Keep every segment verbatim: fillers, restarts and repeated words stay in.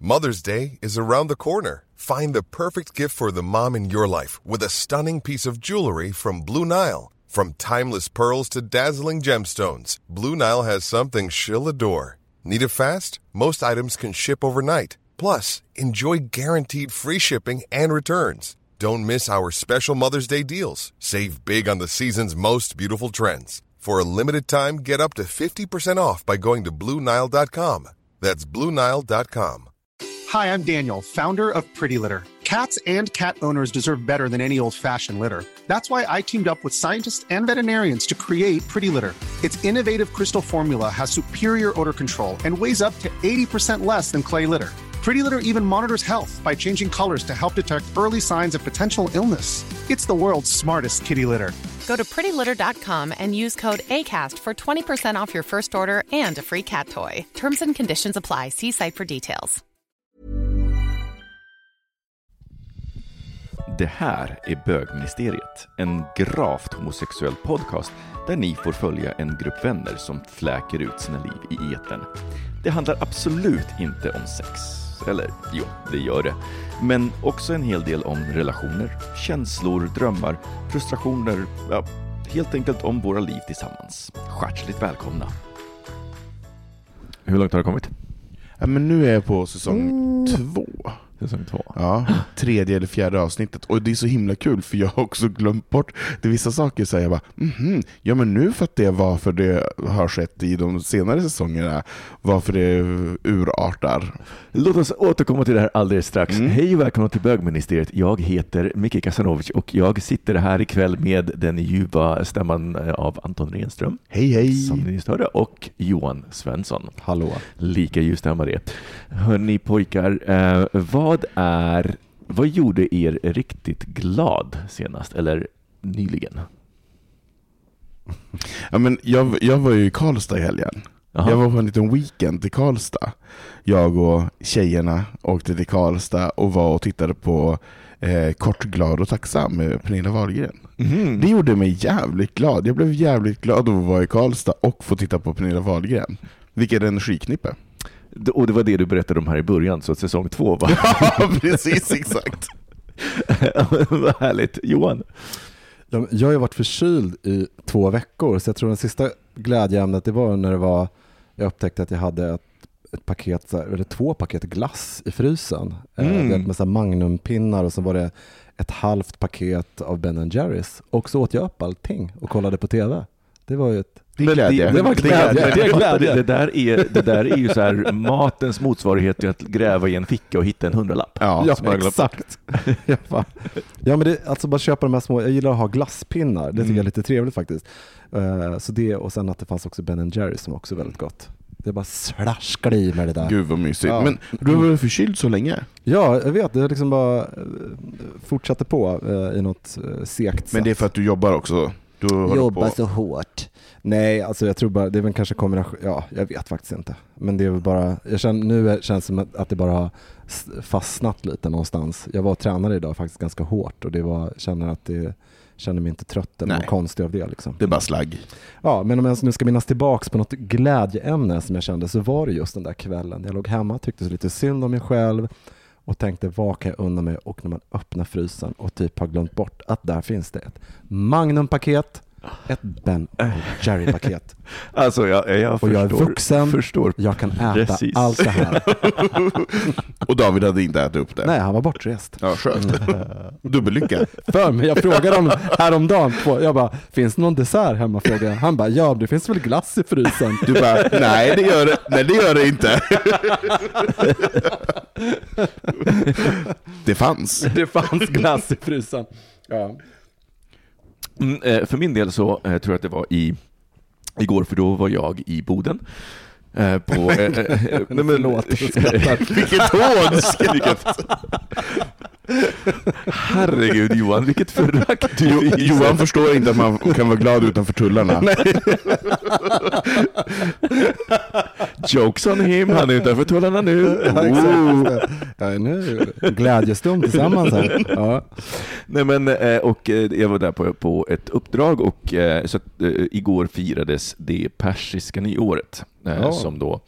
Mother's Day is around the corner. Find the perfect gift for the mom in your life with a stunning piece of jewelry from Blue Nile. From timeless pearls to dazzling gemstones, Blue Nile has something she'll adore. Need it fast? Most items can ship overnight. Plus, enjoy guaranteed free shipping and returns. Don't miss our special Mother's Day deals. Save big on the season's most beautiful trends. For a limited time, get up to fifty percent off by going to Blue Nile dot com. That's Blue Nile dot com. Hi, I'm Daniel, founder of Pretty Litter. Cats and cat owners deserve better than any old-fashioned litter. That's why I teamed up with scientists and veterinarians to create Pretty Litter. Its innovative crystal formula has superior odor control and weighs up to eighty percent less than clay litter. Pretty Litter even monitors health by changing colors to help detect early signs of potential illness. It's the world's smartest kitty litter. Go to pretty litter dot com and use code ACAST for twenty percent off your first order and a free cat toy. Terms and conditions apply. See site for details. Det här är Bögministeriet, en gravt homosexuell podcast där ni får följa en grupp vänner som fläker ut sina liv i etern. Det handlar absolut inte om sex. Eller, jo, det gör det. Men också en hel del om relationer, känslor, drömmar, frustrationer. Ja, helt enkelt om våra liv tillsammans. Hjärtligt välkomna. Hur långt har det kommit? Ja, men nu är jag på säsong mm. två. Säsong två. Ja, tredje eller fjärde avsnittet. Och det är så himla kul för jag har också glömt bort det vissa saker. Så jag bara, mhm, ja men nu för att det var för det har skett i de senare säsongerna, varför det urartar. Låt oss återkomma till det här alldeles strax. Mm. Hej och välkomna till Bögministeriet. Jag heter Micke Kasanovic och jag sitter här ikväll med den ljuva stämman av Anton Renström. Hej hej. Som ni just hörde. Och Johan Svensson. Hallå. Lika ljusstämma det. Hörni pojkar, eh, vad Vad är, vad gjorde er riktigt glad senast eller nyligen? Ja, men jag, jag var ju i Karlstad i helgen. Aha. Jag var på en liten weekend i Karlstad. Jag och tjejerna åkte till Karlstad och var och tittade på eh, Kort, glad och tacksam med Pernilla Wahlgren. Mm. Det gjorde mig jävligt glad. Jag blev jävligt glad att vara i Karlstad och få titta på Pernilla Wahlgren. Vilket energiknippe. Och det var det du berättade om här i början, så att säsong två var... Ja, precis, exakt. Vad härligt. Johan? Jag har ju varit förkyld i två veckor, så jag tror den sista glädjeämnet det var när det var, jag upptäckte att jag hade ett, ett paket, eller två paket glass i frysen. Mm. Med så här magnumpinnar och så var det ett halvt paket av Ben and Jerry's. Och så åt jag upp allting och kollade på tv. Det var ju ett Det, glädje. det, det var glädje. Det, det, glädje. Det, där är, det där är ju så här matens motsvarighet till att gräva i en ficka och hitta en hundralapp. Ja, ja exakt. ja, men det, alltså bara köpa de här små, jag gillar att ha glasspinnar. Det tycker mm. jag är lite trevligt faktiskt. Uh, så det, och sen att det fanns också Ben and Jerry som också är väldigt gott. Det är bara slaskar i med det där. Gud vad mysigt. Ja. Men du har varit förkyld så länge? Ja, jag vet. Det liksom bara fortsatte på uh, i något uh, segt sätt. Men det är för att du jobbar också? Du jobbar på. Så hårt. Nej, alltså jag tror bara, det är väl kanske kombination, ja, jag vet faktiskt inte. Men det är väl bara, jag känner, nu känns det som att det bara har fastnat lite någonstans. Jag var tränare idag faktiskt ganska hårt och det var, känner att det, känner mig inte trött eller något konstigt av det liksom. Det är bara slagg. Ja, men om jag nu ska minnas tillbaks på något glädjeämne som jag kände, så var det just den där kvällen. Jag låg hemma, tyckte så lite synd om mig själv och tänkte, vad kan jag unna mig? Och när man öppnar frysen och typ har glömt bort att där finns det ett Magnum-paket, ett Ben och Jerry-paket. Alltså jag, jag och förstår, jag är vuxen, förstår jag kan äta precis. allt det här. Och David hade inte ätit upp det. Nej, han var bortrest. Ja, skönt. Dubbellycka. För mig, jag frågade om häromdagen på, jag bara, finns det någon dessert hemma? Frågade jag. Han bara, ja, det finns väl glass i frysen. Du bara, nej det gör det, nej, det, gör det inte. Det fanns. Det fanns glass i frysen. Ja. Mm, eh, för min del så eh, tror jag att det var i igår, för då var jag i Boden eh, på eh, eh, nej, men, vilket hån. vilket herregud Johan, vilket förakt du jo, Johan förstår inte att man kan vara glad utanför tullarna. Jokes on him, han är utanför tullarna nu. Ja, exakt. Ja, nu glädjestund tillsammans här. Ja. Nej men eh, och eh, jag var där på, på ett uppdrag och eh, så att, eh, igår firades det persiska nyåret eh, ja. som då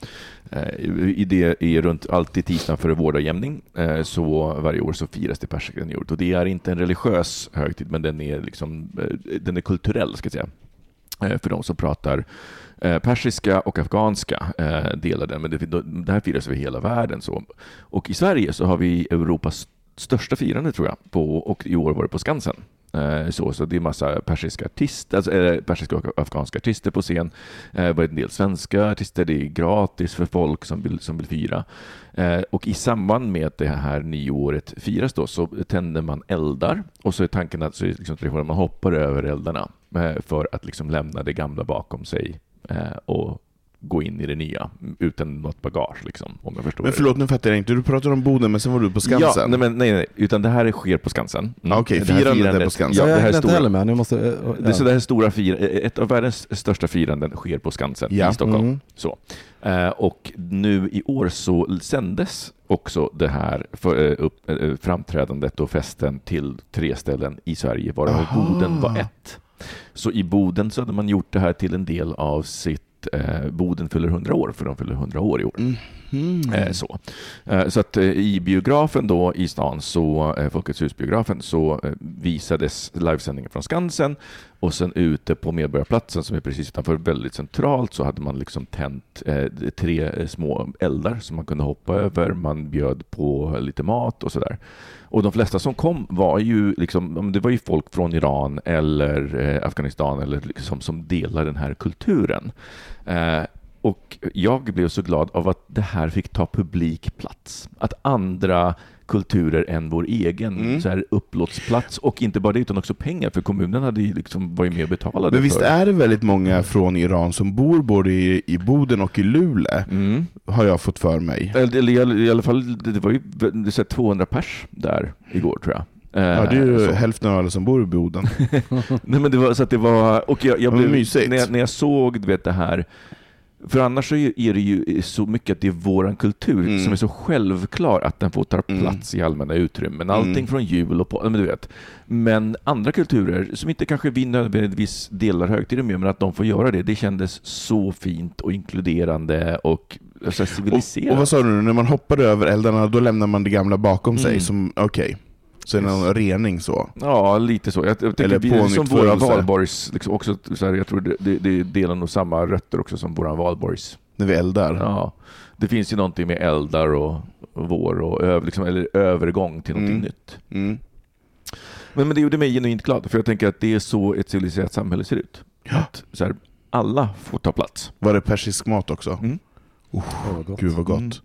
I det är runt alltid tisdag före vårdagjämning, så varje år så firas det persiska nyåret. Och det är inte en religiös högtid, men den är, liksom, den är kulturell, ska jag säga. För de som pratar persiska och afghanska delar den, men det, det här firas över hela världen. Så. Och i Sverige så har vi Europas största firande, tror jag, på, och i år var det på Skansen. Så, så det är massa persiska artister, alltså, äh, persiska och afghanska artister på scen. Det var en del svenska artister, det är gratis för folk som vill, som vill fira. Och i samband med att det här nyåret firas då, så tänder man eldar, och så är tanken att så är liksom, man hoppar över eldarna för att liksom lämna det gamla bakom sig och gå in i det nya utan något bagage, liksom, om jag förstår. Men förlåt, nu fattar jag inte. Du pratar om Boden, men sen var du på Skansen. Ja, nej, men, nej, nej, utan det här sker på Skansen. Mm. Okej, okay, firandet, firandet är på Skansen. Ja, jag det här är stora, heller med. Nu måste, uh, ja. det, så det här stora fir, ett av världens största firanden sker på Skansen, ja, i Stockholm. Mm. Så. Uh, och nu i år så sändes också det här för, uh, upp, uh, framträdandet och festen till tre ställen i Sverige, varav Boden var ett. Så i Boden så hade man gjort det här till en del av sitt Eh, Boden fyller hundra år, för de fyller hundra år i år. Mm. Mm. Eh, så eh, så att eh, i biografen då i stan, så eh, Folkets husbiografen, så eh, visades livesändningen från Skansen, och sen ute på Medborgarplatsen, som är precis utanför, väldigt centralt, så hade man liksom tänt eh, tre eh, små eldar som man kunde hoppa över. Man bjöd på lite mat och sådär. Och de flesta som kom var ju liksom, det var ju folk från Iran eller eh, Afghanistan, eller liksom, som delar den här kulturen. Eh, och jag blev så glad av att det här fick ta publikplats. Att andra kulturer än vår egen mm. så här upplåtsplats, och inte bara det utan också pengar, för kommunen hade ju liksom varit med och betalade. Men visst för. Är det väldigt många från Iran som bor både i, i Boden och i Luleå, mm. har jag fått för mig. Eller, i, i alla fall, det var ju det så tvåhundra pers där igår, tror jag. Ja, det är ju så. Hälften av alla som bor i Boden. Nej, men det var så att det var, och jag, jag blev mysigt. När jag, när jag såg, du vet, det här. För annars så är det ju så mycket att det är våran kultur mm. som är så självklar att den får ta plats mm. i allmänna utrymmen. Allting mm. från jul och på, men du vet. Men andra kulturer som inte kanske vi nödvändigtvis delar högtiden med, men att de får göra det, det kändes så fint och inkluderande och så civiliserat. Och, och vad sa du nu, när man hoppade över eldarna, då lämnar man det gamla bakom mm. sig, som okej. Okay. Så är det någon rening så? Ja, lite så. Jag, jag tänker vi, som våra valborgs, liksom också, så här, jag tror det, det, det delar nog samma rötter också som våra valborgs. När vi eldar? Ja, det finns ju någonting med eldar och, och vår och över, liksom, eller övergång till någonting mm. nytt. Mm. Men, men det gjorde mig genuint glad, för jag tänker att det är så ett civiliserat samhälle ser ut. Ja. Att, så här, alla får ta plats. Var det persisk mat också? Mm. Oh, oh, gud vad gott. Mm.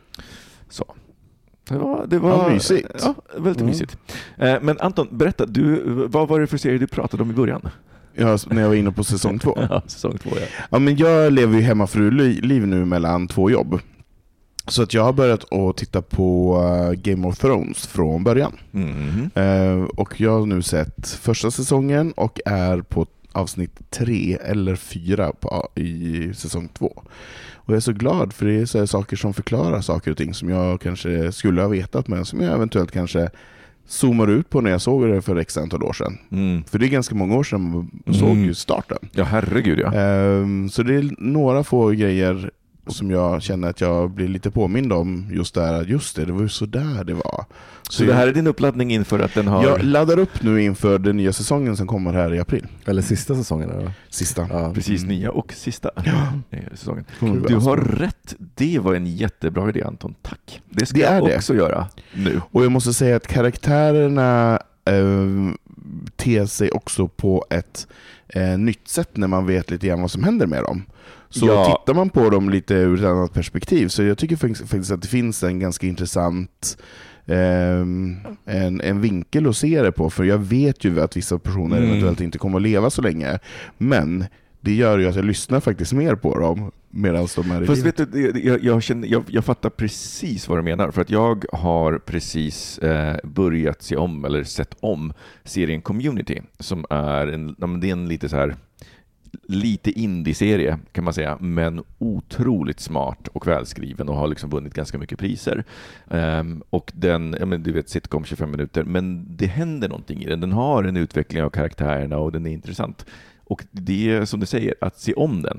Så. Det var, det var ja, mysigt. Ja, väldigt mm. mysigt. Eh, men Anton, berätta, du, vad var det för serie du pratade om i början? Ja, när jag var inne på säsong två. ja, säsong två, ja. Ja, men jag lever ju hemmafru-liv nu mellan två jobb. Så att jag har börjat att titta på Game of Thrones från början. Mm. Eh, och jag har nu sett första säsongen och är på avsnitt tre eller fyra på, i säsong två. Och jag är så glad, för det är så här saker som förklarar saker och ting som jag kanske skulle ha vetat, men som jag eventuellt kanske zoomar ut på när jag såg det för x antal år sedan. Mm. För det är ganska många år sedan jag såg mm. ju starten. Ja, herregud ja. Um, så det är några få grejer som jag känner att jag blir lite påmind om, just där, just det, det var ju så där det var. Så, så det här är din uppladdning inför att den har... Jag laddar upp nu inför den nya säsongen som kommer här i april. Eller sista säsongen eller? Sista. Ja, precis, mm. nya och sista ja. säsongen. Cool. Du har rätt, det var en jättebra idé, Anton, tack. Det ska det jag är också det. göra nu. Och jag måste säga att karaktärerna äh, ter sig också på ett äh, nytt sätt när man vet lite grann vad som händer med dem. Så ja. tittar man på dem lite ur ett annat perspektiv, så jag tycker faktiskt att det finns en ganska intressant eh, en, en vinkel att se det på. För jag vet ju att vissa personer mm. eventuellt inte kommer att leva så länge. Men det gör ju att jag lyssnar faktiskt mer på dem medan de är i Fast vet du, jag, jag, känner, jag, jag fattar precis vad du menar. För att jag har precis eh, börjat se om, eller sett om serien Community, som är en, det är en lite så här lite indie-serie kan man säga, men otroligt smart och välskriven och har liksom vunnit ganska mycket priser. Um, och den, ja men du vet, sitcom tjugofem minuter, men det händer någonting i den. Den har en utveckling av karaktärerna och den är intressant. Och det är som du säger, att se om den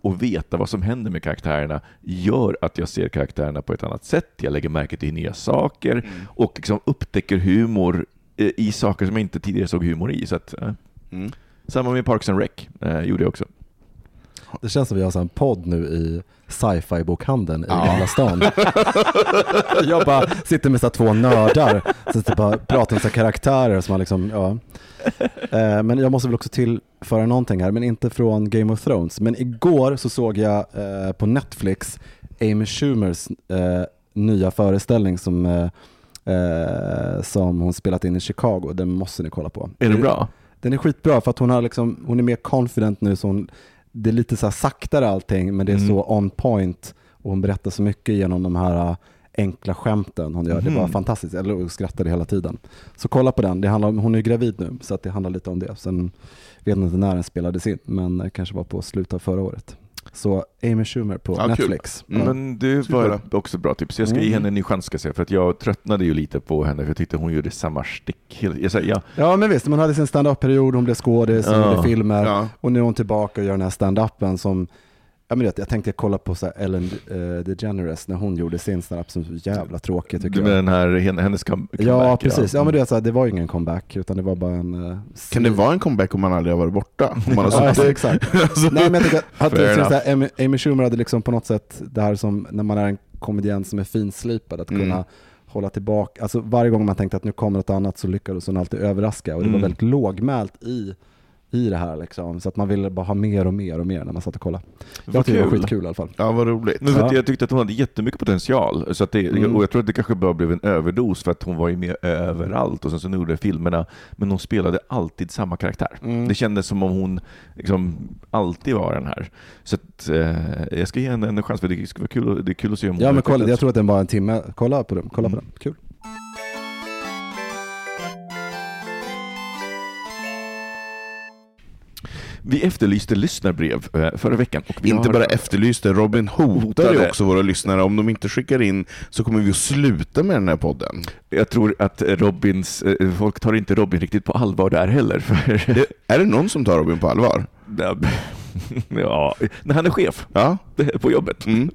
och veta vad som händer med karaktärerna gör att jag ser karaktärerna på ett annat sätt. Jag lägger märke till nya saker mm. och liksom upptäcker humor i saker som jag inte tidigare såg humor i. Så att, äh. mm. Samma med Parks and Rec äh, gjorde jag också. Det känns som vi har en podd nu i sci-fi-bokhandeln i ja. Gamla stan. Jag bara sitter med så två nördar så att bara pratar om så karaktärer som man liksom, ja. Eh, men jag måste väl också tillföra någonting här, men inte från Game of Thrones. Men igår så såg jag eh, på Netflix Amy Schumers eh, nya föreställning som, eh, eh, som hon spelat in i Chicago. Den måste ni kolla på. Är det bra? Den är skitbra för att hon, har liksom, hon är mer confident nu, så hon, det är lite så här saktare allting, men det är mm. så on point och hon berättar så mycket genom de här enkla skämten hon gör. Mm. Det var fantastiskt. Jag skrattade hela tiden. Så kolla på den. Det handlar om, hon är gravid nu, så att det handlar lite om det. Sen vet jag inte när den spelades in, men kanske var på slutet av förra året. Så Amy Schumer på ja, Netflix. Mm. Men det var också bra tips. Jag ska mm. ge henne en ny chans, ska säga, för att jag tröttnade ju lite på henne för jag tyckte hon gjorde samma stick. Jag säger, ja. ja, men visst. Man hade sin stand-up-period, hon blev skådis, hon ja. gjorde filmer ja. och nu är hon tillbaka och gör den här stand-upen som jag, vet, jag tänkte kolla på så här Ellen uh, DeGeneres när hon gjorde sin stand-up som så jävla tråkigt tycker jag. Den här, hennes comeback. Ja, precis. Ja, men det, så här, det var ju ingen comeback utan det var bara en... Uh, kan det vara en comeback om man aldrig har varit borta? Om man har ja, det, exakt. Nej, men jag tycker att, att det, så här, Amy, Amy Schumer hade liksom på något sätt det här som när man är en komediant som är finslipad att kunna mm. hålla tillbaka. Alltså varje gång man tänkte att nu kommer något annat så lyckades hon alltid överraska och det mm. var väldigt lågmält i i det här liksom, så att man ville bara ha mer och mer och mer när man satt och kollade. Jag tyckte det var skitkul i alla fall. Ja, vad roligt. Men ja. Jag tyckte att hon hade jättemycket potential, så att det, mm. och jag tror att det kanske bara blev en överdos för att hon var ju med överallt och sen så nu gjorde filmerna, men hon spelade alltid samma karaktär. Mm. Det kändes som om hon liksom alltid var den här. Så att eh, jag ska ge henne en chans för det ska vara kul, det är kul att se om ja, men kolla, jag tror att den bara en timme. Kolla på den, kolla mm. på den. Kul. Vi efterlyste lyssnarbrev förra veckan. Och vi inte har... bara efterlyste, Robin hotade också våra lyssnare. Om de inte skickar in så kommer vi att sluta med den här podden. Jag tror att Robins, folk tar inte Robin riktigt på allvar där heller. För... Det, är det någon som tar Robin på allvar? Ja, när han är chef ja. på jobbet. Mm.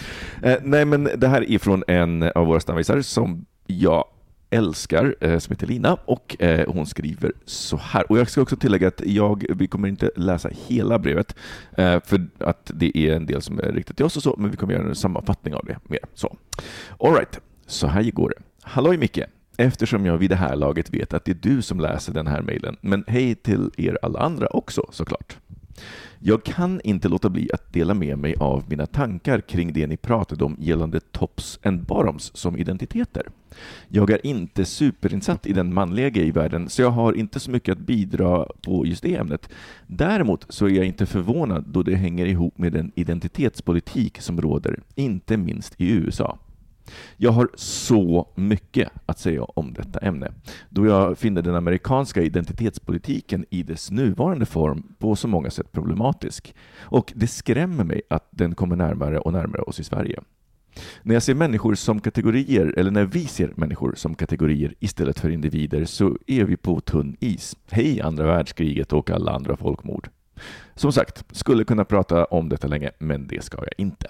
Nej, men det här är från en av våra stammisar som jag älskar, eh, som heter Lina, och eh, hon skriver så här. Och jag ska också tillägga att jag, vi kommer inte läsa hela brevet eh, för att det är en del som är riktat till oss och så, men vi kommer göra en sammanfattning av det mer. Så. All right, så här går det. Halloj Micke, eftersom jag vid det här laget vet att det är du som läser den här mejlen, men hej till er alla andra också såklart. Jag kan inte låta bli att dela med mig av mina tankar kring det ni pratade om gällande tops and bottoms som identiteter. Jag är inte superinsatt i den manliga gayvärlden så jag har inte så mycket att bidra på just det ämnet. Däremot så är jag inte förvånad då det hänger ihop med den identitetspolitik som råder, inte minst i U S A. Jag har så mycket att säga om detta ämne, då jag finner den amerikanska identitetspolitiken i dess nuvarande form på så många sätt problematisk. Och det skrämmer mig att den kommer närmare och närmare oss i Sverige. När jag ser människor som kategorier, eller när vi ser människor som kategorier istället för individer, så är vi på tunn is. Hej andra världskriget och alla andra folkmord. Som sagt, skulle kunna prata om detta länge, men det ska jag inte.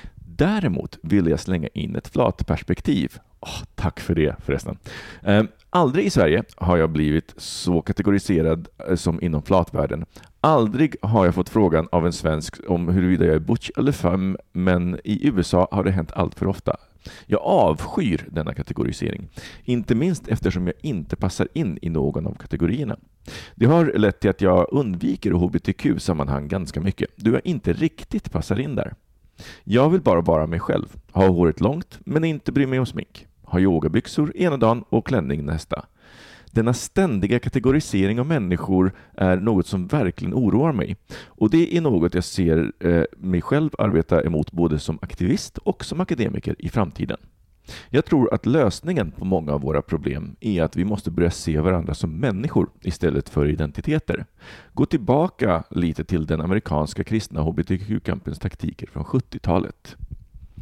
Däremot vill jag slänga in ett flatperspektiv. Oh, tack för det förresten. Eh, aldrig i Sverige har jag blivit så kategoriserad som inom flatvärlden. Aldrig har jag fått frågan av en svensk om huruvida jag är butch eller femme, men i U S A har det hänt allt för ofta. Jag avskyr denna kategorisering, inte minst eftersom jag inte passar in i någon av kategorierna. Det har lett till att jag undviker H B T Q-sammanhang ganska mycket, då jag inte riktigt passar in där. Jag vill bara vara mig själv, ha håret långt men inte bry mig om smink, ha yogabyxor ena dagen och klänning nästa. Denna ständiga kategorisering av människor är något som verkligen oroar mig. Och det är något jag ser eh, mig själv arbeta emot både som aktivist och som akademiker i framtiden. Jag tror att lösningen på många av våra problem är att vi måste börja se varandra som människor istället för identiteter. Gå tillbaka lite till den amerikanska kristna H B T Q-kampens taktiker från sjuttiotalet.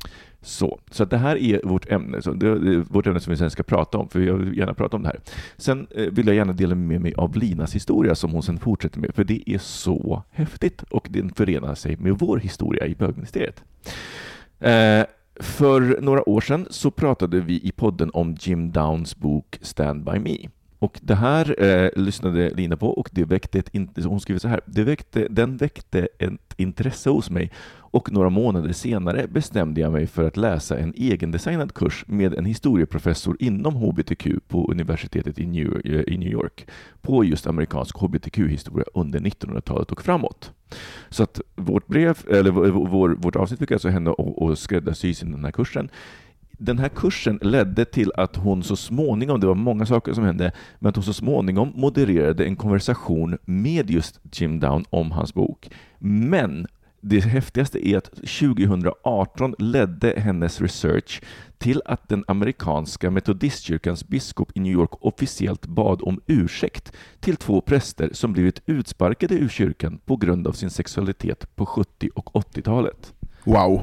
Så, så att det här är vårt ämne, så det är vårt ämne som vi sen ska prata om, för jag vill gärna prata om det här. Sen eh, vill jag gärna dela med mig av Linas historia som hon sen fortsätter med, för det är så häftigt och den förenar sig med vår historia i bögministeriet. Eh, för några år sedan så pratade vi i podden om Jim Downs bok Stand By Me. Och det här eh, lyssnade Lina på och det väckte ett in- hon skriver så här, det väckte, den väckte ett intresse hos mig och några månader senare bestämde jag mig för att läsa en egendesignad kurs med en historieprofessor inom H B T Q på universitetet i New, i New York på just amerikansk H B T Q-historia under nittonhundratalet och framåt. Så att vårt brev, eller vår, vårt avsnitt fick alltså henne att skräddarsys i den här kursen. Den här kursen ledde till att hon så småningom, det var många saker som hände, men att hon så småningom modererade en konversation med just Jim Down om hans bok. Men det häftigaste är att tjugohundraarton ledde hennes research till att den amerikanska metodistkyrkans biskop i New York officiellt bad om ursäkt till två präster som blivit utsparkade ur kyrkan på grund av sin sexualitet på sjuttio- och åttiotalet. Wow.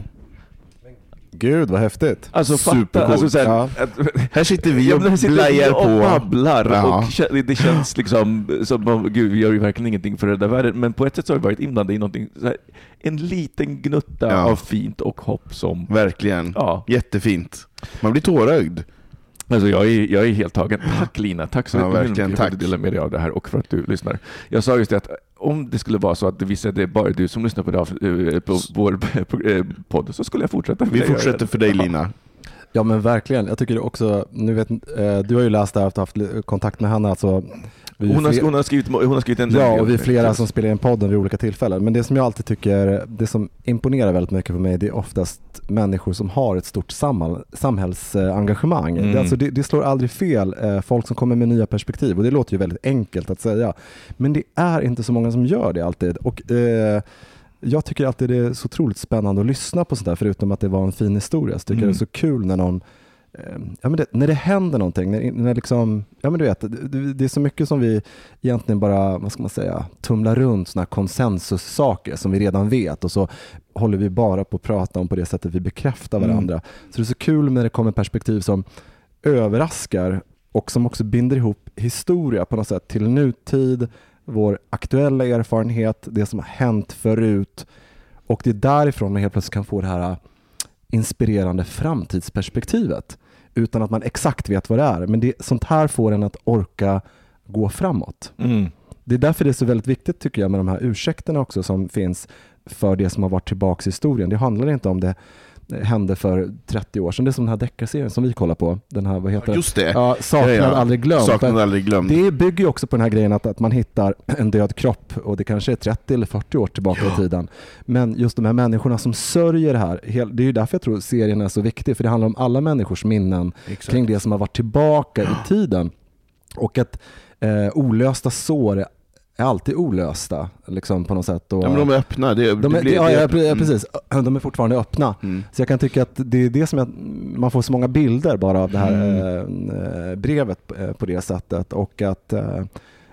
Gud, vad häftigt. Alltså fatta, alltså, så här, ja. att, här sitter vi och ja, blajar och på. babblar ja. och det känns liksom som, gud, vi gör ju verkligen ingenting för rädda världen, men på ett sätt så har vi varit inblandade i någonting så här, en liten gnutta ja. av fint och hopp som... Verkligen, ja. Jättefint. Man blir tårögd. Alltså jag är, jag är helt tagen. Tack Lina, tack så ja, mycket för att du delar med dig av det här och för att du lyssnar. Jag sa just det att om det skulle vara så att det visade det är bara du som lyssnar på, det, på vår podd så skulle jag fortsätta för Vi dig. fortsätter för dig Lina. Ja men verkligen, jag tycker det också, nu vet, du har ju läst det här och haft kontakt med henne alltså. Hon har, hon, har skrivit, hon har skrivit en... Ja, och vi är flera som spelar in podden vid olika tillfällen. Men det som jag alltid tycker, det som imponerar väldigt mycket på mig, det är oftast människor som har ett stort samhäll, samhällsengagemang. Mm. Det, alltså, det, det slår aldrig fel, eh, folk som kommer med nya perspektiv. Och det låter ju väldigt enkelt att säga. Men det är inte så många som gör det alltid. Och... Eh, jag tycker alltid det är så otroligt spännande att lyssna på sånt där, förutom att det var en fin historia. Så tycker mm. jag det är så kul när någon ja, men det, när det händer någonting, när, när liksom, ja men du vet, det, det är så mycket som vi egentligen bara, vad ska man säga, tumlar runt såna här konsensussaker som vi redan vet, och så håller vi bara på att prata om på det sättet vi bekräftar varandra. Mm. Så det är så kul när det kommer perspektiv som överraskar och som också binder ihop historia på något sätt till nutid, vår aktuella erfarenhet, det som har hänt förut, och det är därifrån man helt plötsligt kan få det här inspirerande framtidsperspektivet utan att man exakt vet vad det är. Men det, sånt här får en att orka gå framåt. Mm. Det är därför det är så väldigt viktigt, tycker jag, med de här ursäkterna också som finns för det som har varit tillbaka i historien. Det handlar inte om det hände för trettio år sedan. Det är som den här deckarserien som vi kollar på. Den här, vad heter ja, just det. Ja, Saknad ja, ja. aldrig glömt. Saknad aldrig glömt. Det bygger ju också på den här grejen att, att man hittar en död kropp, och det kanske är trettio eller fyrtio år tillbaka ja. i tiden. Men just de här människorna som sörjer det här, det är ju därför jag tror serien är så viktig, för det handlar om alla människors minnen Exakt. kring det som har varit tillbaka i tiden. Och att eh, olösta sår är alltid olösta liksom, på något sätt. Och, ja, men de är öppna. Det, de, är, det, ja, ja, precis. De är fortfarande öppna. Mm. Så jag kan tycka att det är det som jag, man får så många bilder bara av det här mm. eh, brevet på det sättet. Och att eh,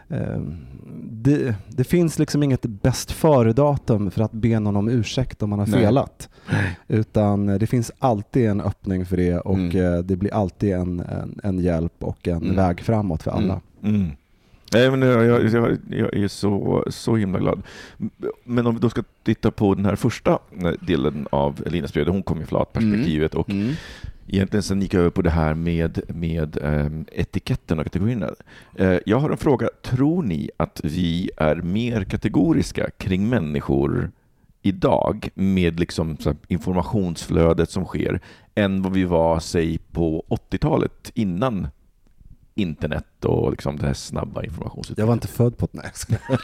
det, det finns liksom inget bäst före-datum för att be någon om ursäkt om man har Nej. felat. Nej. Utan det finns alltid en öppning för det, och mm. det blir alltid en, en, en hjälp och en mm. väg framåt för alla. Mm. Mm. Nej, men jag, jag, jag är så, så himla glad. Men om vi då ska titta på den här första delen av Linas brev, hon kom i flatperspektivet mm. och mm. egentligen sen gick jag över på det här med, med ähm, etiketten och kategorierna. Äh, jag har en fråga. Tror ni att vi är mer kategoriska kring människor idag med liksom så här informationsflödet som sker än vad vi var, säg, på åttiotalet innan internet och liksom det här snabba informationsutbytet? Jag var inte född på ett nej.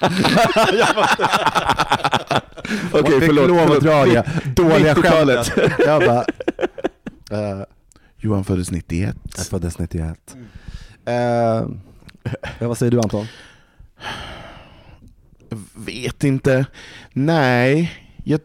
Okej, förlåt. Lov att dra det. Dåliga skälet. Jag bara... Uh, Johan föddes nittioett. Jag föddes nittioett. Mm. Uh, vad säger du, Anton? Vet inte. Nej. Jag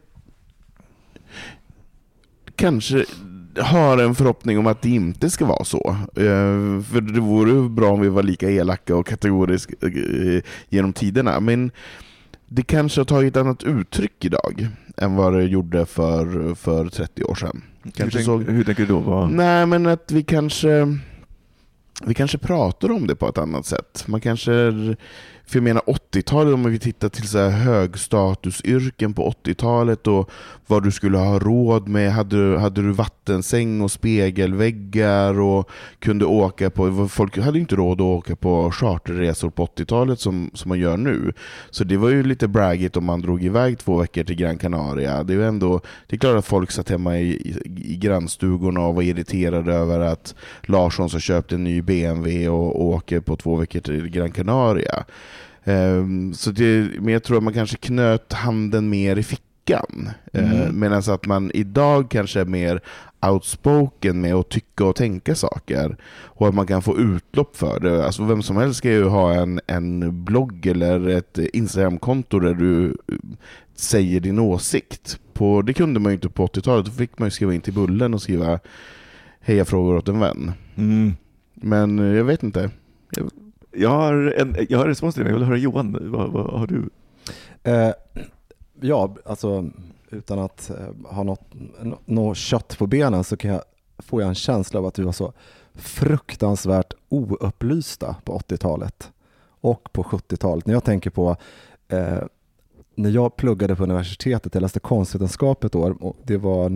kanske har en förhoppning om att det inte ska vara så. Uh, för det vore bra om vi var lika elaka och kategoriska uh, genom tiderna. Men det kanske har tagit ett annat uttryck idag än vad det gjorde för, för trettio år sedan. Hur, tänk, så, hur tänker du då? Vad? Nej, men att vi kanske vi kanske pratar om det på ett annat sätt. Man kanske, för jag menar åttiotalet, om vi tittar till så här högstatusyrken på åttiotalet och vad du skulle ha råd med, hade du, hade du vattensäng och spegelväggar och kunde åka på, folk hade inte råd att åka på charterresor på åttiotalet som, som man gör nu. Så det var ju lite braggigt om man drog iväg två veckor till Gran Canaria. Det är ju ändå, det är klart att folk satt hemma i, i, i grannstugorna och var irriterade över att Larsson så köpte en ny B M W och, och åker på två veckor till Gran Canaria. Um, så det, men jag tror att man kanske knöt handen mer i fickan. Mm. Uh, medan att man idag kanske är mer outspoken med att tycka och tänka saker. Och att man kan få utlopp för det. Alltså vem som helst ska ju ha en, en blogg eller ett Instagram-konto där du säger din åsikt. På, det kunde man ju inte på åttiotalet. Då fick man ju skriva in till Bullen och skriva heja frågor åt en vän. Mm. Men jag vet inte. Jag... Jag har en, jag har en respons till det, jag vill höra Johan, vad, vad har du? Eh, ja, alltså utan att eh, ha något, något kött på benen så kan jag, får jag en känsla av att vi var så fruktansvärt oupplysta på åttiotalet och på sjuttiotalet. När jag tänker på eh, när jag pluggade på universitetet, jag läste konstvetenskap ett år och det var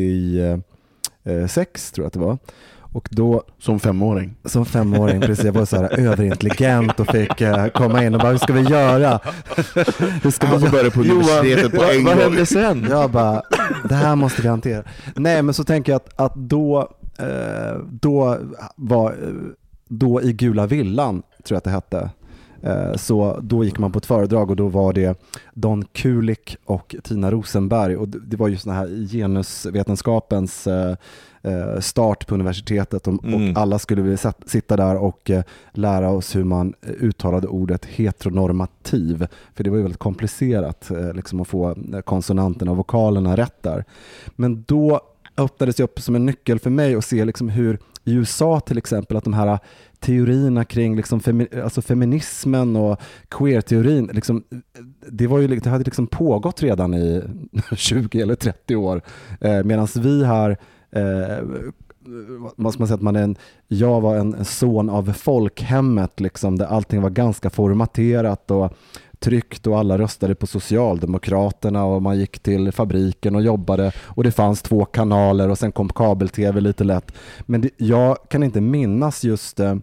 nittiosex tror jag att det var. Och då, som femåring. Som femåring, precis. Jag var så här överintelligent och fick uh, komma in och bara, hur ska vi göra? Hur ska vi börja på universitetet på en gång? Vad hände sen? Jag bara, det här måste vi hantera. Nej, men så tänker jag att, att då, uh, då var, då i Gula villan, tror jag att det hette, uh, så då gick man på ett föredrag och då var det Don Kulik och Tina Rosenberg och det, det var ju såna här genusvetenskapens uh, start på universitetet och, mm. och alla skulle vi sitta där och uh, lära oss hur man uttalade ordet heteronormativ, för det var ju väldigt komplicerat uh, liksom att få konsonanterna och vokalerna rätt där. Men då öppnades det upp som en nyckel för mig att se liksom hur i U S A till exempel att de här teorierna kring liksom femi- alltså feminismen och queer-teorin liksom, det, var ju, det hade liksom pågått redan i tjugo eller trettio år eh, medan vi här eh, måste man säga att man är en, jag var en son av folkhemmet liksom, där allting var ganska formaterat och tryckt och alla röstade på Socialdemokraterna och man gick till fabriken och jobbade och det fanns två kanaler och sen kom kabel-tv lite lätt. Men det, jag kan inte minnas just eh,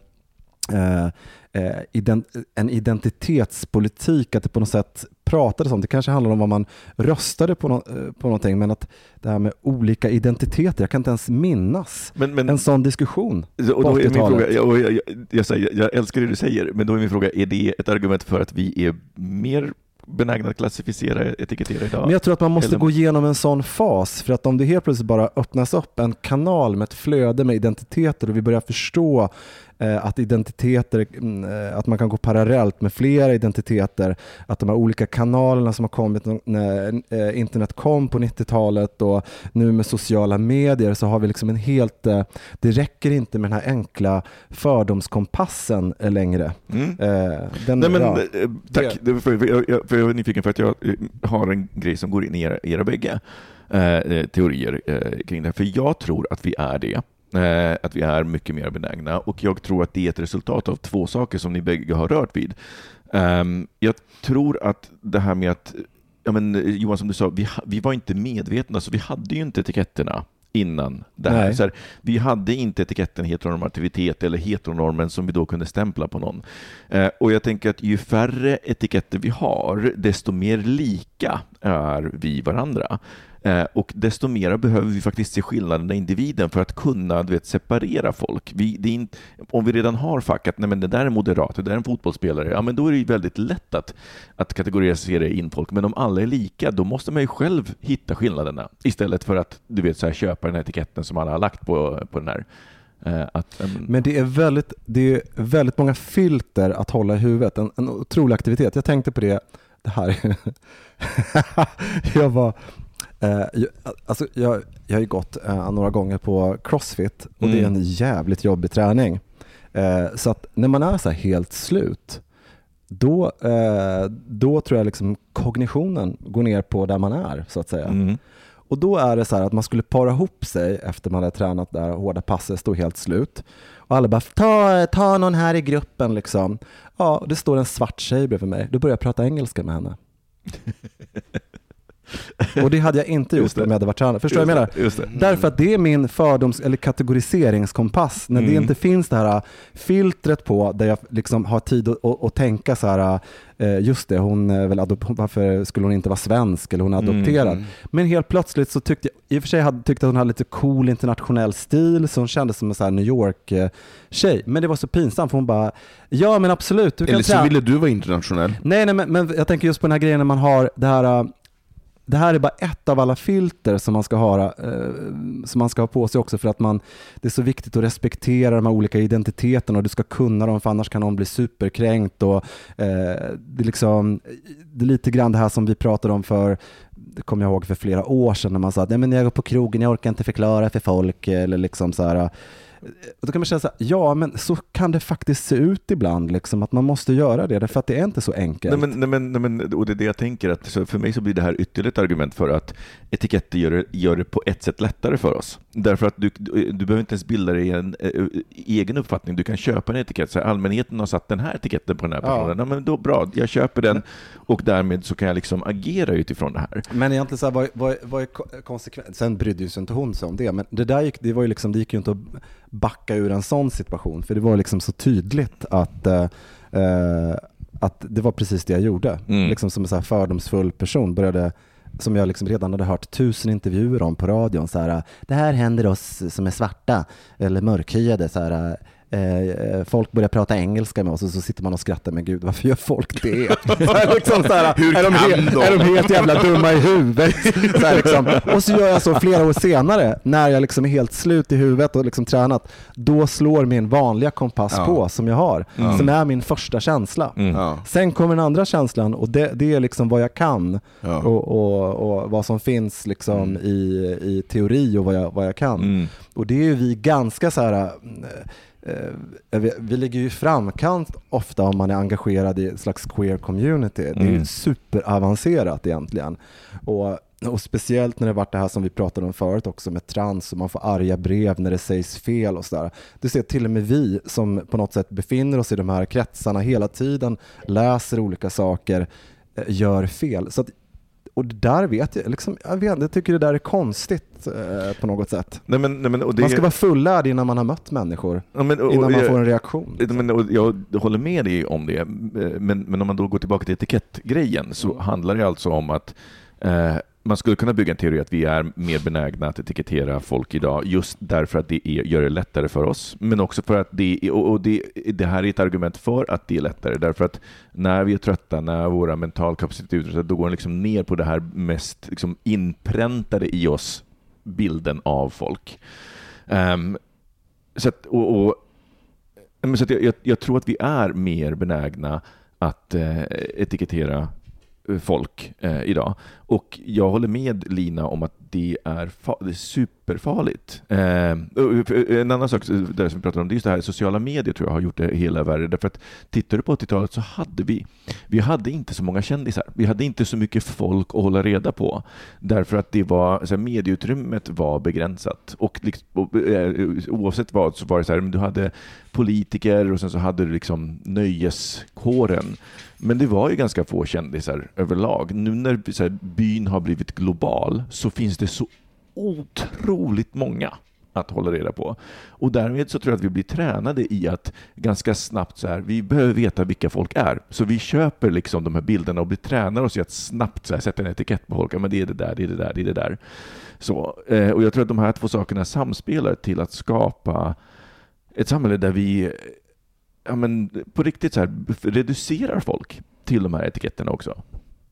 eh, ident, en identitetspolitik, att det på något sätt pratades om. Det kanske handlar om vad man röstade på, no, på någonting, men att det här med olika identiteter, jag kan inte ens minnas men, men, en sån diskussion och då är min fråga, jag, jag, jag, jag, säger, jag älskar det du säger, men då är min fråga, är det ett argument för att vi är mer benägna att klassificera, etikettera idag? Men jag tror att man måste Eller... gå igenom en sån fas, för att om det helt plötsligt bara öppnas upp en kanal med ett flöde med identiteter och vi börjar förstå eh, att identiteter, eh, att man kan gå parallellt med flera identiteter, att de här olika kanalerna som har kommit när eh, internet kom på nittiotalet och nu med sociala medier, så har vi liksom en helt, eh, det räcker inte med den här enkla fördomskompassen längre. Mm. Eh, den, Nej, men, ja, tack, det... för, jag, jag, för jag är nyfiken för att jag har en grej som går in i era, era bägge eh, teorier eh, kring det här. För jag tror att vi är det. Eh, att vi är mycket mer benägna. Och jag tror att det är ett resultat av två saker som ni bägge har rört vid. Eh, jag tror att det här med att, ja, men, Johan, som du sa, vi, vi var inte medvetna, så vi hade ju inte etiketterna innan det här. Så här, vi hade inte etiketten heteronormativitet eller heteronormen som vi då kunde stämpla på någon. Eh, och jag tänker att ju färre etiketter vi har, desto mer lika är vi varandra. Eh, och desto mer behöver vi faktiskt se skillnaderna i individen för att kunna, du vet, separera folk. Vi, det är inte, om vi redan har fackat, nej men det där är moderat, det där är en fotbollsspelare, ja men då är det ju väldigt lätt att, att kategorisera in folk. Men om alla är lika, då måste man ju själv hitta skillnaderna istället för att, du vet, så här, köpa den här etiketten som alla har lagt på, på den här. Eh, att, um... Men det är, väldigt, det är väldigt många filter att hålla i huvudet. En, en otrolig aktivitet. Jag tänkte på det, det här. jag var... Uh, jag, alltså jag, jag har ju gått uh, några gånger på CrossFit och mm. det är en jävligt jobbig träning. Uh, så att när man är så här helt slut, då, eh, då tror jag liksom kognitionen går ner på där man är, så att säga. Mm. Och då är det så här att man skulle para ihop sig efter man hade tränat där hårda passet, stod helt slut. Och alla bara, ta, ta någon här i gruppen liksom. Ja, det står en svart tjej bredvid mig. Då börjar jag prata engelska med henne. Och det hade jag inte gjort om jag hade varit tränare. Förstår du vad jag menar? Just det. Mm. Därför att det är min fördoms- eller kategoriseringskompass. När mm. det inte finns det här filtret på där jag liksom har tid att, att, att tänka så här, just det, hon är väl adop- varför skulle hon inte vara svensk eller hon är adopterad. Mm. Men helt plötsligt så tyckte jag, i och för sig hade tyckte att hon hade lite cool internationell stil, så hon kändes som en så här New York tjej. Men det var så pinsamt för hon bara, ja men absolut. Du kan eller så trä- ville du vara internationell. Nej, nej men, men jag tänker just på den här grejen när man har det här. Det här är bara ett av alla filter som man ska ha, eh, som man ska ha på sig också, för att man, det är så viktigt att respektera de här olika identiteterna och du ska kunna dem, för annars kan någon bli superkränkt. Och, eh, det, är liksom, det är lite grann det här som vi pratade om för, det kommer jag ihåg för flera år sedan när man sa att nej, men jag går på krogen, jag orkar inte förklara för folk eller liksom så här. Och då kan man känna så här, ja men så kan det faktiskt se ut ibland liksom, att man måste göra det, därför att det är inte så enkelt. Nej, men, nej, men, nej, men, och det är det jag tänker, att så för mig så blir det här ytterligare ett argument för att etiketter gör det, gör det på ett sätt lättare för oss. Därför att du, du, du behöver inte ens bilda dig en äh, egen uppfattning, du kan köpa en etikett, så här, allmänheten har satt den här etiketten på den här personen, ja. Ja, men då bra, jag köper den och därmed så kan jag liksom agera utifrån det här. Men egentligen så här, vad, vad, vad är konsekvent? Sen brydde ju sig inte hon sig om det, men det där gick, det var ju liksom, det gick ju inte att backa ur en sån situation, för det var liksom så tydligt att eh, att det var precis det jag gjorde. Mm. Liksom som en så här fördomsfull person började, som jag liksom redan hade hört tusen intervjuer om på radion, så här, det här händer oss som är svarta eller mörkhyade, så här, eh, folk börjar prata engelska med oss och så sitter man och skrattar, men gud, varför gör folk det? Så här, liksom, så här, Hur är, de helt, är de helt jävla dumma i huvudet? Så här, liksom. Och så gör jag så flera år senare, när jag liksom är helt slut i huvudet och liksom tränat, då slår min vanliga kompass ja. på som jag har, mm. som är min första känsla. Mm. Ja. Sen kommer den andra känslan och det, det är liksom vad jag kan ja. och, och, och vad som finns liksom mm. i, i teori och vad jag, vad jag kan. Mm. Och det är ju vi ganska så här... Uh, vi, vi ligger ju i framkant ofta om man är engagerad i ett slags queer community. Mm. Det är ju superavancerat egentligen. Och, och speciellt när det varit det här som vi pratade om förut också med trans, och man får arga brev när det sägs fel och sådär. Du ser till och med vi som på något sätt befinner oss i de här kretsarna hela tiden, läser olika saker, gör fel. Så att, och det där vet jag, liksom, jag, vet, jag tycker det där är konstigt eh, på något sätt. Nej, men, nej, men, och det... Man ska vara fullärd innan man har mött människor, ja, men, och, innan man jag, får en reaktion. Liksom. Men, och jag håller med dig om det, men, men om man då går tillbaka till etikettgrejen så mm. handlar det alltså om att eh, man skulle kunna bygga en teori att vi är mer benägna att etikettera folk idag just därför att det är, gör det lättare för oss, men också för att det, och det, det här är ett argument för att det är lättare, därför att när vi är trötta, när våra mentalkapacitet, då går den liksom ner på det här mest liksom inpräntade i oss, bilden av folk. Um, så att, och, och, så att jag, jag, jag tror att vi är mer benägna att eh, etikettera folk eh, idag. Och jag håller med Lina om att det är, fa- det är superfarligt. Eh, en annan sak där som vi pratar om, det är just det här, sociala medier tror jag har gjort det hela värre. Därför att tittar du på åttiotalet så hade vi vi hade inte så många kändisar. Vi hade inte så mycket folk att hålla reda på. Därför att det var, så här, medieutrymmet var begränsat. Och, liksom, och eh, oavsett vad så var det så här, men du hade politiker och sen så hade du liksom nöjeskåren. Men det var ju ganska få kändisar överlag. Nu när så här, byn har blivit global så finns det så otroligt många att hålla reda på. Och därmed så tror jag att vi blir tränade i att ganska snabbt så här, vi behöver veta vilka folk är. Så vi köper liksom de här bilderna och blir tränade oss i att snabbt så här, sätta en etikett på folk. Ja, men det är det där, det är det där, det är det där. Så, eh, och jag tror att de här två sakerna samspelar till att skapa ett samhälle där vi ja, men på riktigt så här, reducerar folk till de här etiketterna också.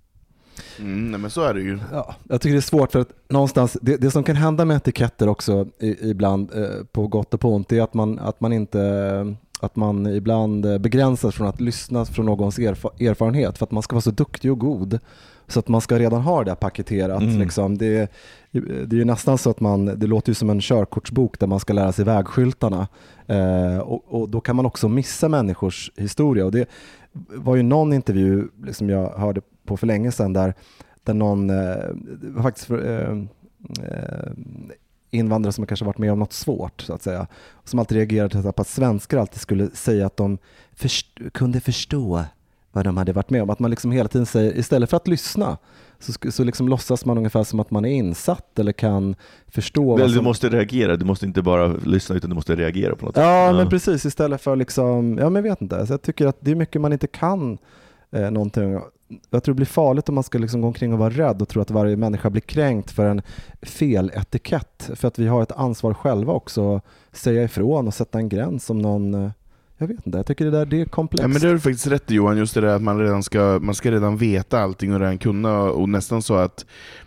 Mm, nej, men så är det ju. Ja, jag tycker det är svårt för att någonstans, det, det som kan hända med etiketter också i, ibland eh, på gott och på ont är att man, att man inte att man ibland begränsas från att lyssna från någons erf- erfarenhet för att man ska vara så duktig och god så att man ska redan ha det paketerat. Mm. Liksom. Det, det är ju nästan så att man, det låter ju som en körkortsbok där man ska lära sig vägskyltarna. Eh, och, och då kan man också missa människors historia. Och det var ju någon intervju som jag hörde på för länge sedan där, där någon eh, faktiskt eh, eh, invandrare som kanske varit med om något svårt så att säga, som alltid reagerade på att svenskar alltid skulle säga att de först- kunde förstå vad de hade varit med om. Att man liksom hela tiden säger, istället för att lyssna så, så liksom låtsas man ungefär som att man är insatt eller kan förstå. Väl, vad som... Du måste reagera, du måste inte bara lyssna utan du måste reagera på något. Ja, ja. men precis, istället för liksom, ja men jag vet inte. Så jag tycker att det är mycket man inte kan eh, någonting. Jag tror det blir farligt om man ska liksom gå omkring och vara rädd och tro att varje människa blir kränkt för en fel etikett. För att vi har ett ansvar själva också att säga ifrån och sätta en gräns om någon... Jag vet inte, jag tycker det där det är komplext. Ja, men det är faktiskt rätt Johan, just det där att man redan ska, man ska redan veta allting och redan kunna, och nästan så att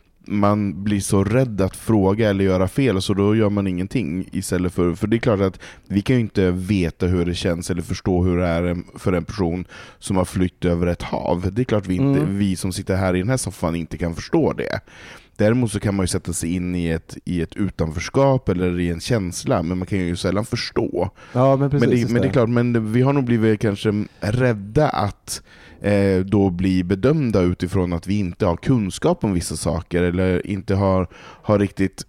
man blir så rädd att fråga eller göra fel, så då gör man ingenting istället för, för det är klart att vi kan ju inte veta hur det känns eller förstå hur det är för en person som har flytt över ett hav. Det är klart vi, inte, mm. vi som sitter här i den här soffan inte kan förstå det. Däremot så kan man ju sätta sig in i ett, i ett utanförskap eller i en känsla, men man kan ju sällan förstå. Ja, men, precis, men, det, men det är klart, men vi har nog blivit kanske rädda att eh, då bli bedömda utifrån att vi inte har kunskap om vissa saker eller inte har, har riktigt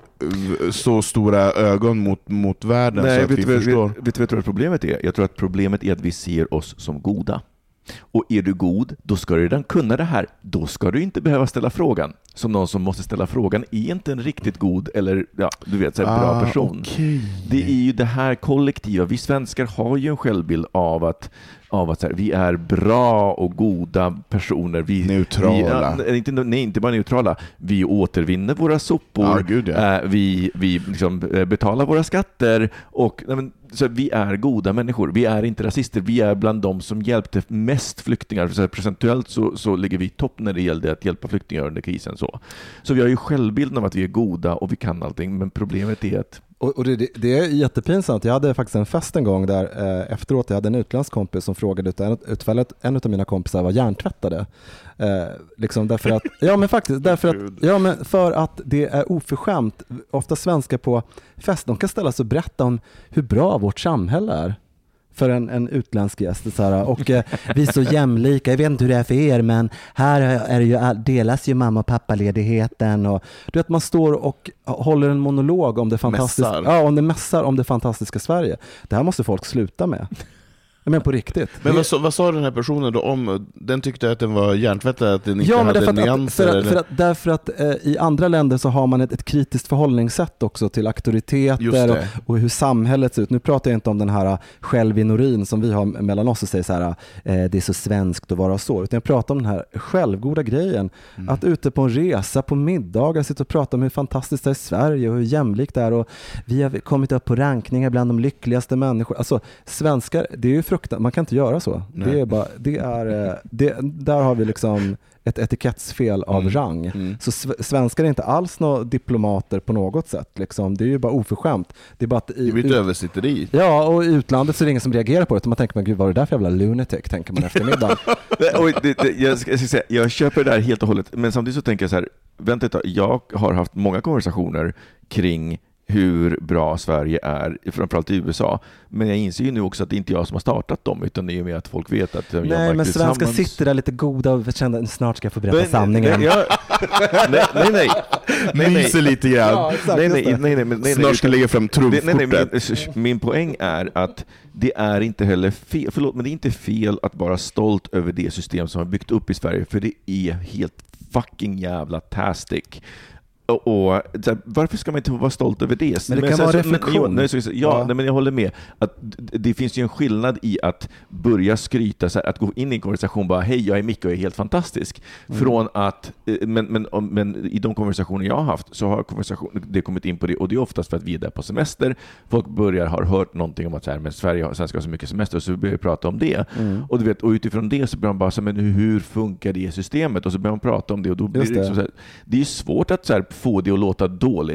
så stora ögon mot, mot världen. Nej, så att vet, vi vet, förstår. Vet, vet du vad problemet är? Jag tror att problemet är att vi ser oss som goda. Och är du god, då ska du redan kunna det här. Då ska du inte behöva ställa frågan. Som någon som måste ställa frågan är inte en riktigt god eller ja, du vet, så här, bra ah, person. Okay. Det är ju det här kollektiva. Vi svenskar har ju en självbild av att av att så här, vi är bra och goda personer. Vi, neutrala. Vi, inte, nej, inte bara neutrala. Vi återvinner våra sopor. Ah, gud, ja. eh, vi vi liksom, betalar våra skatter. Och, nej, men, så vi är goda människor. Vi är inte rasister. Vi är bland de som hjälpte mest flyktingar. Så här, procentuellt så, så ligger vi i topp när det gällde att hjälpa flyktingar under krisen. Så, så vi har ju självbilden av att vi är goda och vi kan allting. Men problemet är att Och, och det, det är jättepinsamt. Jag hade faktiskt en fest en gång där eh, efteråt jag hade en utländsk kompis som frågade ut en, utfället, en av mina kompisar var hjärntvättade. Eh, liksom därför att, ja men faktiskt, därför att, ja men för att det är oförskämt. Ofta svenskar på fest, de kan ställa sig och berätta om hur bra vårt samhälle är. För en, en utländsk gäst så här, och eh, vi är så jämlika, jag vet inte hur det är för er, men här är det ju, delas ju mamma och pappaledigheten och du vet, man står och håller en monolog om det fantastiska, ja, om det mässar om det fantastiska Sverige. Det här måste folk sluta med. Men på riktigt. Men vad, vad sa den här personen då om? Den tyckte att den var hjärntvättad, att den inte ja, hade men nyanser? För att, för att, därför att eh, i andra länder så har man ett, ett kritiskt förhållningssätt också till auktoriteter och, och hur samhället ser ut. Nu pratar jag inte om den här självinorin som vi har mellan oss och säger så här, eh, det är så svenskt att vara så. Utan jag pratar om den här självgoda grejen. Mm. Att ute på en resa, på middagar, sitta och prata om hur fantastiskt det är i Sverige och hur jämlikt det är. Och vi har kommit upp på rankningar bland de lyckligaste människor. Alltså svenskar, det är ju fruktan. Man kan inte göra så. Det är bara, det är, det, där har vi liksom ett etikettsfel av mm. rang. Mm. Så svenskar är inte alls några diplomater på något sätt. Liksom. Det är ju bara oförskämt. Det är bara att i, det blir ett översitteri. Ja, och i utlandet så är det ingen som reagerar på det. Man tänker, men gud, var det där för jävla lunatic? Tänker man eftermiddag. Oj, det, det, jag, ska, jag, ska säga, jag köper det där helt och hållet. Men samtidigt så tänker jag så här, vänta ett tag, jag har haft många konversationer kring hur bra Sverige är, framförallt i U S A. Men jag inser ju nu också att det inte är jag som har startat dem, utan det är med att folk vet att jag nej, men svenskar sitter där lite goda och känner att snart ska jag få berätta men, sanningen. Nej, jag, nej, nej, nej. nej, Myser lite grann. Ja, exakt, nej, nej, nej, nej, nej, snart ska lägga fram trumfkortet. Nej, nej, min, min poäng är att det är inte heller fel, förlåt, men det är inte fel att vara stolt över det system som har byggt upp i Sverige, för det är helt fucking jävla tastic. Och, och här, varför ska man inte vara stolt över det? Men det men, kan så, vara reflektion. Nej, så, ja, ja. Nej, men jag håller med att det finns ju en skillnad i att börja skryta så här, att gå in i en konversation bara hej, jag är Micke och jag är helt fantastisk. Mm. Från att men, men, men i de konversationer jag har haft så har konversation, det kommit in på det, och det är oftast för att vi är där på semester. Folk börjar har hört någonting om att så här, men Sverige har, Sverige har så mycket semester, och så börjar vi prata om det. Mm. Och du vet, och utifrån det så börjar man bara så men hur funkar det systemet? Och så börjar man prata om det, och då blir det, liksom så här, det är svårt att så här, få det att låta dåligt.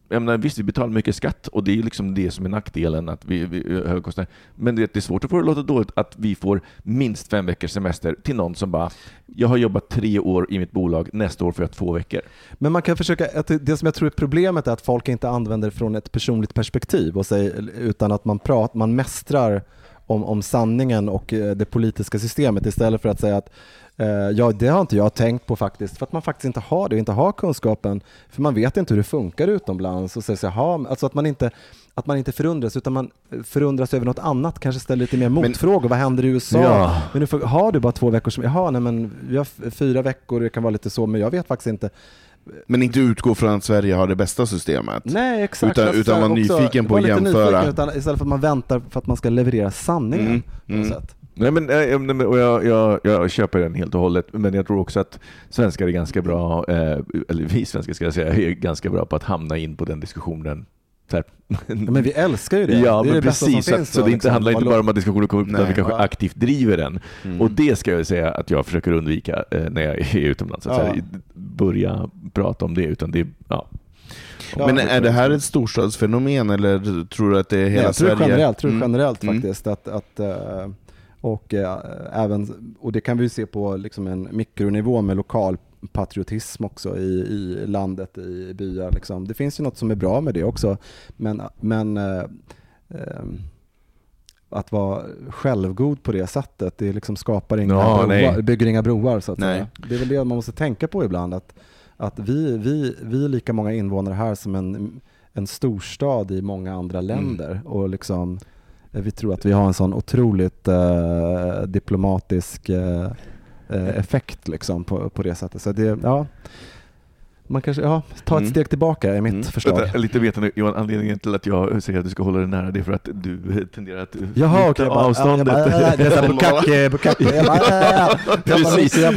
jag menar, visst, vi betalar mycket skatt och det är liksom det som är nackdelen att vi, vi höga kostnader. Men det, det är svårt att få det låta dåligt att vi får minst fem veckors semester till någon som bara, jag har jobbat tre år i mitt bolag, nästa år får jag två veckor. Men man kan försöka, att det som jag tror är problemet är att folk inte använder från ett personligt perspektiv och säger, utan att man pratar, man mästrar om, om sanningen och det politiska systemet istället för att säga att eh, ja, det har inte jag tänkt på faktiskt, för att man faktiskt inte har det och inte har kunskapen, för man vet inte hur det funkar utomlands och säger så här, alltså att man inte att man inte förundras utan man förundras över något annat, kanske ställer lite mer motfrågor. Vad händer i U S A? Ja. Men nu får, har du bara två veckor som, jaha, nej men vi har fyra veckor, det kan vara lite så, men jag vet faktiskt inte. Men inte utgå från att Sverige har det bästa systemet. Nej, exakt. Utan, utan vara nyfiken på att jämföra. Nyfiken, utan istället för att man väntar för att man ska leverera sanningen mm. på något mm. sätt. Nej, men, och jag, jag, jag köper den helt och hållet, men jag tror också att svenskar är ganska bra, eh, eller vi svenskar ska jag säga, är ganska bra på att hamna in på den diskussionen. Ja, men vi älskar ju det. Ja, det är men det precis. Så, finns, så det liksom. inte handlar inte bara om att diskussionen kommer upp, utan vi kanske ja. aktivt driver den. Mm. Och det ska jag säga att jag försöker undvika eh, när jag är utomlands. Att ja. här, börja prata om det, utan det ja. Ja, men är det här ett storstadsfenomen eller tror du att det är hela Nej, jag tror Sverige? Generellt, tror mm. generellt mm. faktiskt att, att uh, och uh, även och det kan vi se på liksom en mikronivå med lokal patriotism också i, i landet, i byar liksom. Det finns ju något som är bra med det också, men men uh, uh, att vara självgod på det sättet, det liksom skapar inga no, broar, bygger inga broar så att nej. säga. Det är väl det man måste tänka på ibland, att att vi, vi, vi är lika många invånare här som en, en storstad i många andra länder mm. och liksom, vi tror att vi har en sån otroligt uh, diplomatisk uh, effekt liksom på, på det sättet. Så det, ja, man kanske, ja, ta ett mm. steg tillbaka är mitt mm. förslag. Vänta, lite vetande, Johan, anledningen till att jag säger att du ska hålla dig nära, det är för att du tenderar att Jaha, okej, okay, avståndet. Ja, ja, det är så bukake, bukake. Precis. Det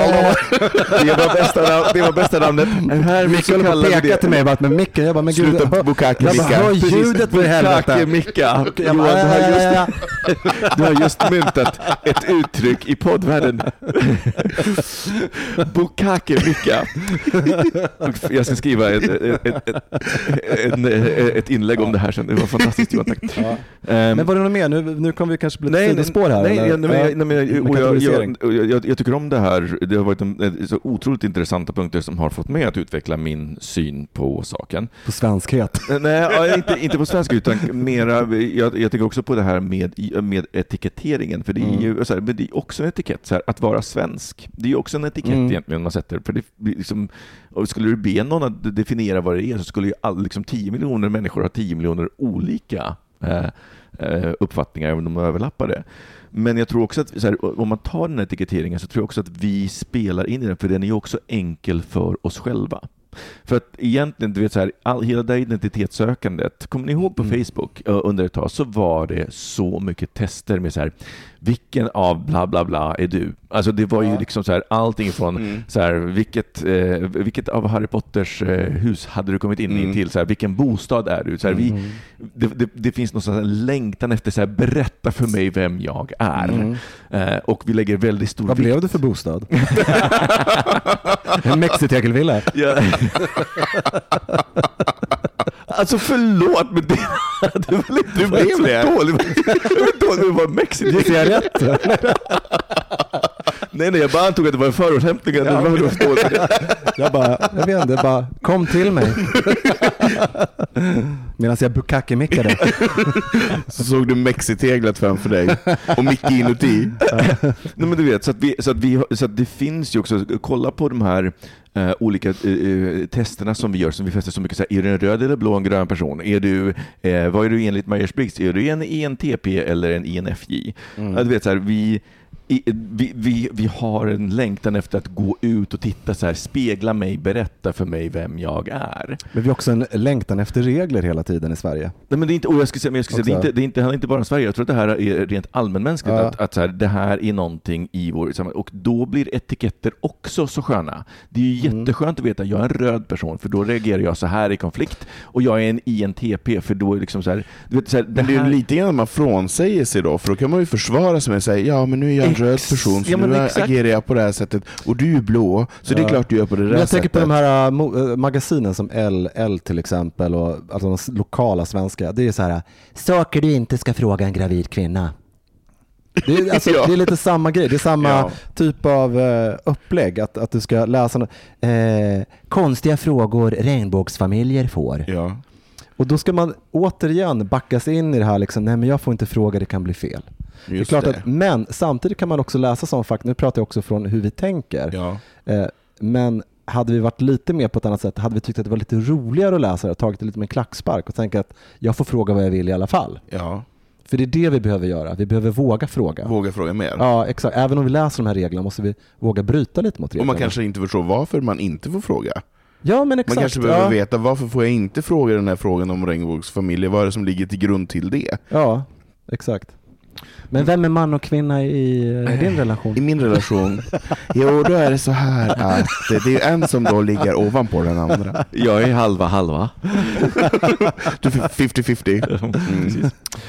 var bästa, det var bästa namnet. Här Mikael har pekat till mig bara med micken. Jag bara, men gud. Sluta bukake, Micka. Jag bara, hör ljudet för helvete. Bukake, Micka. Johan, du har just, du har just myntat ett uttryck i poddvärlden. Bukake, Micka. Jag ska skriva ett, ett, ett, ett, ett inlägg om det här sen. Det var fantastiskt, Johan, tack. Ja. Um, men var det något mer? Nu, nu kommer vi kanske bli lite spår här. Nej, eller? nej, nej, nej, och jag, jag, jag, jag tycker om det här. Det har varit en, så otroligt intressanta punkter som har fått mig att utveckla min syn på saken. På svenskhet? Nej, inte, inte på svenska, utan mera, jag, jag tycker också på det här med, med etiketteringen. För det är ju så här, det är också en etikett. Så här, att vara svensk, det är ju också en etikett mm. egentligen man sätter. För det liksom, och skulle du be någon att definiera vad det är, så skulle ju all, liksom tio miljoner människor ha tio miljoner olika eh, eh, uppfattningar, även om de överlappar det. Men jag tror också att så här, om man tar den här etiketteringen, så tror jag också att vi spelar in i den, för den är ju också enkel för oss själva. För att egentligen, du vet så här, all, hela det identitetssökandet, kommer ni ihåg på mm. Facebook uh, under ett tag, så var det så mycket tester med så här, vilken av bla bla bla är du? Alltså det var ju liksom så här, allting från mm. så här, vilket, eh, vilket av Harry Potters eh, hus hade du kommit in mm. i, till så här, vilken bostad är du? Så här, mm. vi, det, det, det finns någon sån här längtan efter så här, berätta för mig vem jag är. Mm. Eh, och vi lägger väldigt stor Vad vikt. blev det för bostad? En mexitegelvilla. Ja. Alltså förlåt, men det, det var lite du blev det. Dåligt. Det var Mexiko. Det är rätt. Nej, nej, jag bara antog att det var en förhämtning. Ja. Jag bara, jag vet inte, bara kom till mig. Medan jag bukake-mickade. Så såg du Mexiteglet framför dig och Micke inuti. Nej, men du vet, så att, vi, så, att vi, så att det finns ju också, kolla på de här Uh, olika uh, testerna som vi gör, som vi fäster så mycket så här, är du en röd eller blå, en grön person? Är du, uh, vad är du enligt Myers-Briggs? Är du en E N T P eller en E N F J? Mm. Uh, du vet så här, vi Vi, vi, vi har en längtan efter att gå ut och titta så här, spegla mig, berätta för mig vem jag är. Men vi har också en längtan efter regler hela tiden i Sverige. Nej, men det är inte, och jag ska säga, men jag ska säga, det är inte, det är inte, det handlar inte bara om Sverige. Jag tror att det här är rent allmänmänskligt, ja. att, att så här, det här är någonting i vår samhälle. Och då blir etiketter också så sköna. Det är ju mm. jätteskönt att veta att jag är en röd person, för då reagerar jag så här i konflikt. Och jag är en I N T P, för då är det liksom så här, du vet, så här, men det är ju lite grann man frånsäger sig då, för då kan man ju försvara sig med att säga, ja men nu är jag en röd person, så ja, nu agerar jag på det här sättet. Och du är blå, så ja. det är klart du gör på det där men jag sättet. Jag tänker på de här uh, magasinen som L, L till exempel, och alltså de lokala svenska. Det är så här, saker du inte ska fråga en gravid kvinna. Det är, alltså, ja. det är lite samma grej. Det är samma ja. typ av uh, upplägg. Att, att du ska läsa uh, konstiga frågor regnbågsfamiljer får. Ja. Och då ska man återigen backas in i det här. Liksom, nej men jag får inte fråga, det kan bli fel. Just det är klart det. Att, men samtidigt kan man också läsa som faktiskt. Nu pratar jag också från hur vi tänker. Ja. Uh, men hade vi varit lite mer på ett annat sätt, hade vi tyckt att det var lite roligare att läsa det, tagit det lite med en klackspark och tänka att jag får fråga vad jag vill i alla fall. Ja. För det är det vi behöver göra. Vi behöver våga fråga. Våga fråga mer. Ja, exakt. Även om vi läser de här reglerna måste vi våga bryta lite mot reglerna. Och man kanske inte förstår varför man inte får fråga. Ja, men exakt. Man kanske behöver ja. veta varför får jag inte fråga den här frågan om regnbågsfamiljer. Vad är det som ligger till grund till det? Ja, exakt. Men vem är man och kvinna i din relation? I min relation? Jo, då är det så här att det är en som då ligger ovanpå den andra. Jag är halva halva. Du är femtio femtio. Mm.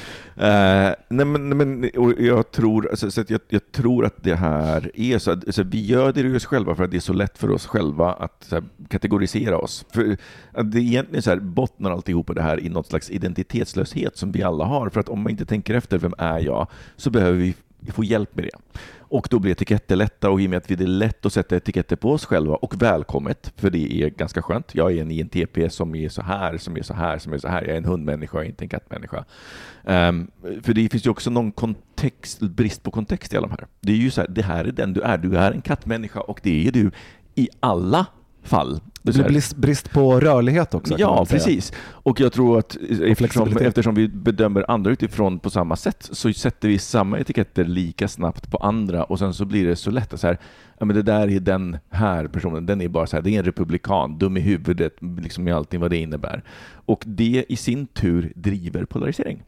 Uh, nej men, nej men och jag tror alltså, så att jag, jag tror att det här är så att alltså, vi gör det oss själva för att det är så lätt för oss själva att så här, kategorisera oss. För att det är egentligen så här, bottnar alltihop det här i något slags identitetslöshet som vi alla har. För att om man inte tänker efter vem är jag, så behöver vi få hjälp med det. Och då blir etiketter lätta, och i och med att det är lätt att sätta etiketter på oss själva, och välkommet, för det är ganska skönt. Jag är en I N T P som är så här, som är så här, som är så här. Jag är en hundmänniska, jag är inte en kattmänniska. Um, för det finns ju också någon kontext, brist på kontext i alla de här. Det är ju så här, det här är den du är. Du är en kattmänniska, och det är du i alla fall. Det blir brist på rörlighet också. Ja, precis. Och jag tror att eftersom, eftersom vi bedömer andra utifrån på samma sätt, så sätter vi samma etiketter lika snabbt på andra, och sen så blir det så lätt att så här, ja men det där är den här personen, den är bara så här, det är en republikan, dum i huvudet, liksom i allting vad det innebär. Och det i sin tur driver polarisering